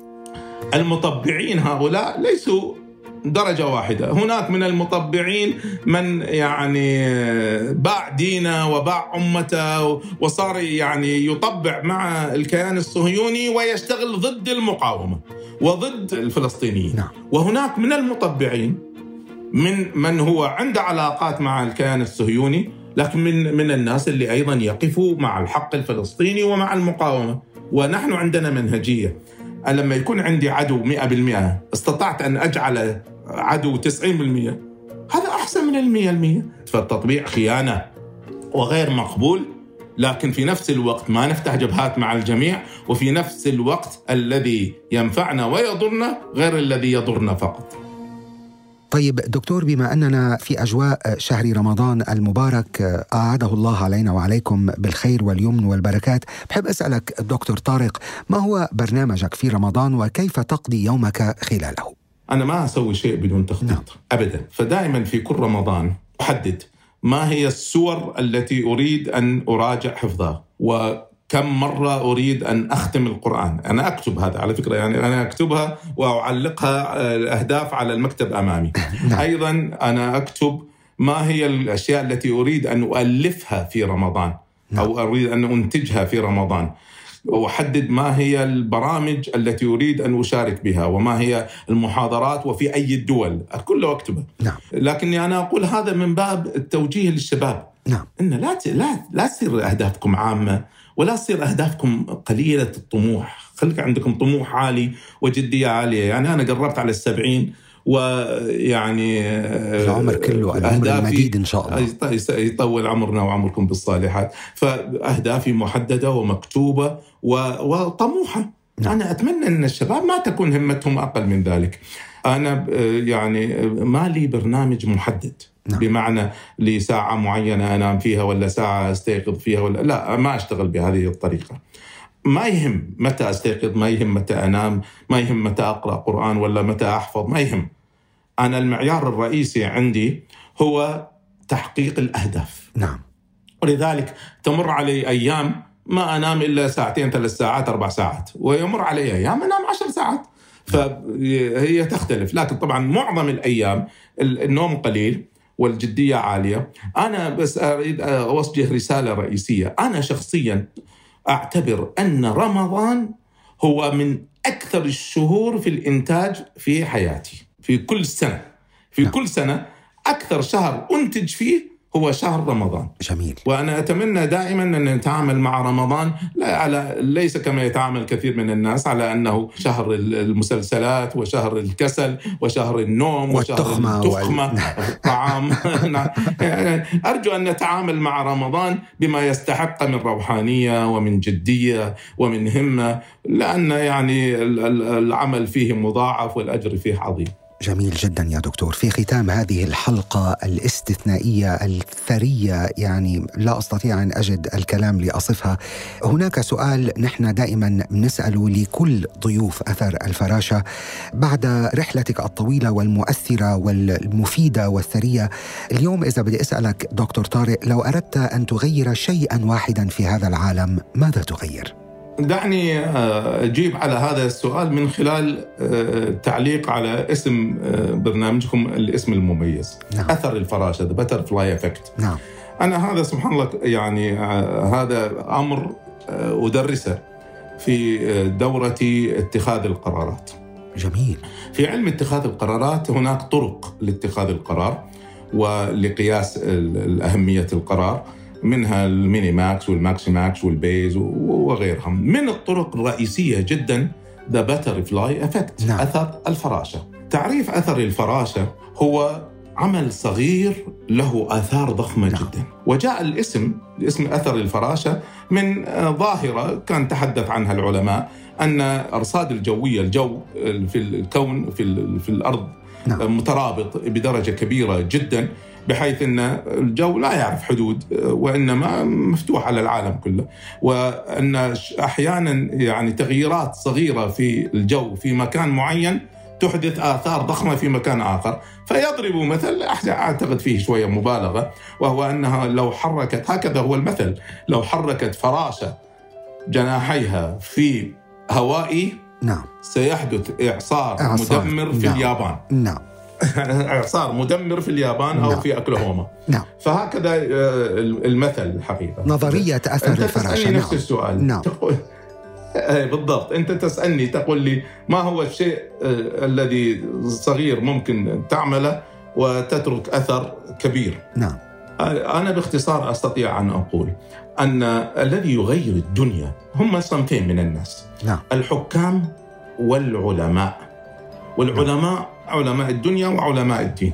S6: المطبعين هؤلاء ليسوا درجة واحدة. هناك من المطبعين من يعني باع دينه وباع أمته وصار يعني يطبع مع الكيان الصهيوني ويشتغل ضد المقاومة وضد الفلسطينيين.
S2: نعم.
S6: وهناك من المطبعين من هو عنده علاقات مع الكيان الصهيوني، لكن من الناس اللي أيضا يقفوا مع الحق الفلسطيني ومع المقاومة. ونحن عندنا منهجية. لما يكون عندي عدو 100% استطعت أن أجعل عدو 90%، هذا أحسن من 100%. فالتطبيع خيانة وغير مقبول، لكن في نفس الوقت ما نفتح جبهات مع الجميع، وفي نفس الوقت الذي ينفعنا ويضرنا غير الذي يضرنا فقط.
S2: طيب دكتور، بما أننا في أجواء شهر رمضان المبارك أعاده الله علينا وعليكم بالخير واليمن والبركات، بحب أسألك دكتور طارق، ما هو برنامجك في رمضان وكيف تقضي يومك خلاله؟
S6: أنا ما أسوي شيء بدون تخطيط أبدا، فدائما في كل رمضان أحدد ما هي السور التي أريد أن أراجع حفظها، وكم مرة أريد أن أختم القرآن. أنا أكتب هذا على فكرة، يعني أنا أكتبها وأعلقها الأهداف على المكتب أمامي. أيضا أنا أكتب ما هي الأشياء التي أريد أن أؤلفها في رمضان أو أريد أن أنتجها في رمضان، وأحدد ما هي البرامج التي أريد أن أشارك بها، وما هي المحاضرات وفي أي الدول، كله أكتبه. لكني أنا أقول هذا من باب التوجيه للشباب. إن لا تصير أهدافكم عامة، ولا تصير أهدافكم قليلة الطموح. خليك عندكم طموح عالي وجدية عالية. يعني أنا قربت على 70، ويعني
S2: العمر كله العمر المديد إن شاء الله
S6: يطول عمرنا وعمركم بالصالحات. فأهدافي محددة ومكتوبة وطموحة. أنا أتمنى أن الشباب ما تكون همتهم أقل من ذلك. أنا يعني ما لي برنامج محدد، بمعنى لي ساعة معينة أنام فيها ولا ساعة أستيقظ فيها ولا لا، ما أشتغل بهذه الطريقة. ما يهم متى أستيقظ، ما يهم متى أنام، ما يهم متى أقرأ قرآن ولا متى أحفظ، ما يهم. أنا المعيار الرئيسي عندي هو تحقيق الأهداف. ولذلك تمر علي أيام ما أنام إلا 2 3 ساعات 4 ساعات، ويمر علي أيام أنام 10 ساعات. فهي تختلف، لكن طبعا معظم الأيام النوم قليل والجدية عالية. أنا بس أريد أوجه رسالة رئيسية. أنا شخصيا أعتبر أن رمضان هو من أكثر الشهور في الإنتاج في حياتي، في كل سنة. كل سنة أكثر شهر أنتج فيه هو شهر رمضان.
S2: جميل.
S6: وأنا أتمنى دائما أن نتعامل مع رمضان ليس كما يتعامل كثير من الناس على أنه شهر المسلسلات وشهر الكسل وشهر النوم وشهر التخمة والطعام. أرجو أن نتعامل مع رمضان بما يستحق من روحانية ومن جدية ومن همة، لأن يعني العمل فيه مضاعف والأجر فيه عظيم.
S2: جميل جدا يا دكتور. في ختام هذه الحلقة الاستثنائية الثرية، يعني لا أستطيع أن أجد الكلام لأصفها، هناك سؤال نحن دائما نسأله لكل ضيوف أثر الفراشة بعد رحلتك الطويلة والمؤثرة والمفيدة والثرية. اليوم إذا بدي أسألك دكتور طارق، لو أردت أن تغير شيئا واحدا في هذا العالم، ماذا تغير؟
S6: دعني أجيب على هذا السؤال من خلال تعليق على اسم برنامجكم، الاسم المميز. أثر الفراشة، The Butterfly Effect. أنا هذا سبحان الله يعني هذا أمر أدرسه في دورتي اتخاذ القرارات.
S2: جميل.
S6: في علم اتخاذ القرارات هناك طرق لاتخاذ القرار ولقياس الأهمية القرار، منها الميني ماكس والماكسي ماكس والبيز وغيرهم. من الطرق الرئيسية جدا The Butterfly Effect. أثر الفراشة. تعريف أثر الفراشة هو عمل صغير له آثار ضخمة جدا. وجاء الاسم أثر الفراشة من ظاهرة كان تحدث عنها العلماء، أن أرصاد الجوية، الجو في الكون في الأرض مترابط بدرجة كبيرة جدا، بحيث أن الجو لا يعرف حدود وإنما مفتوح على العالم كله، وأن أحيانا يعني تغييرات صغيرة في الجو في مكان معين تحدث آثار ضخمة في مكان آخر. فيضرب مثل أعتقد فيه شوية مبالغة، وهو أنها لو حركت، هكذا هو المثل، لو حركت فراشة جناحيها في هوائي سيحدث إعصار مدمر في اليابان. إعصار مدمر في اليابان أو في أكلاهوما. فهكذا المثل الحقيقة.
S2: نظرية أثر الفراشة.
S6: أنت تسألني نفس السؤال. تقول بالضبط، أنت تسألني تقول لي ما هو الشيء الذي صغير ممكن تعمله وتترك أثر كبير. أنا باختصار أستطيع أن أقول أن الذي يغير الدنيا هم صنفين من الناس. الحكام والعلماء. والعلماء علماء الدنيا وعلماء الدين.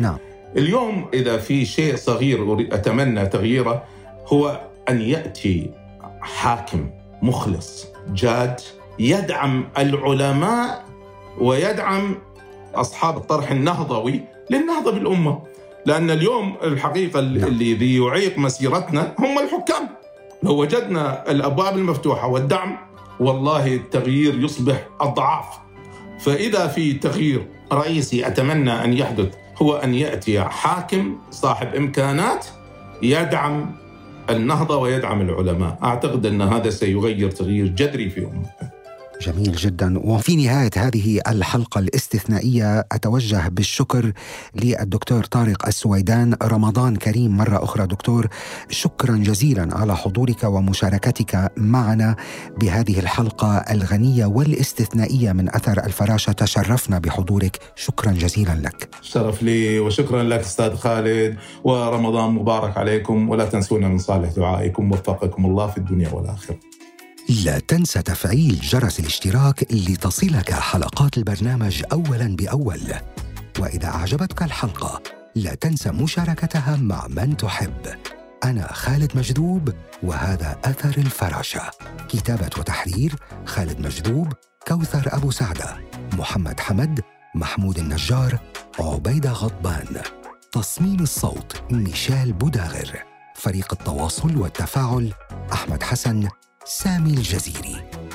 S6: اليوم إذا في شيء صغير أتمنى تغييره، هو أن يأتي حاكم مخلص جاد يدعم العلماء ويدعم أصحاب الطرح النهضوي للنهضة بالأمة. لأن اليوم الحقيقة اللي يعيق مسيرتنا هم الحكام. لو وجدنا الأبواب المفتوحة والدعم والله التغيير يصبح أضعاف. فإذا في تغيير رئيسي أتمنى أن يحدث هو أن يأتي حاكم صاحب إمكانات يدعم النهضة ويدعم العلماء. أعتقد أن هذا سيغير تغيير جذري في أمتنا.
S2: جميل جدا. وفي نهاية هذه الحلقة الاستثنائية أتوجه بالشكر للدكتور طارق السويدان. رمضان كريم مرة أخرى دكتور، شكرا جزيلا على حضورك ومشاركتك معنا بهذه الحلقة الغنية والاستثنائية من أثر الفراشة. تشرفنا بحضورك، شكرا جزيلا لك.
S6: شرف لي وشكرا لك أستاذ خالد، ورمضان مبارك عليكم، ولا تنسونا من صالح دعائكم. وفقكم الله في الدنيا والآخرة.
S2: لا تنسى تفعيل جرس الاشتراك لتصلك حلقات البرنامج أولاً بأول. وإذا أعجبتك الحلقة لا تنسى مشاركتها مع من تحب. أنا خالد مجذوب، وهذا أثر الفراشة. كتابة وتحرير خالد مجذوب، كوثر أبو سعدة، محمد حمد، محمود النجار، عبيدة غضبان. تصميم الصوت ميشيل بوداغر. فريق التواصل والتفاعل أحمد حسن، سامي الجزيري.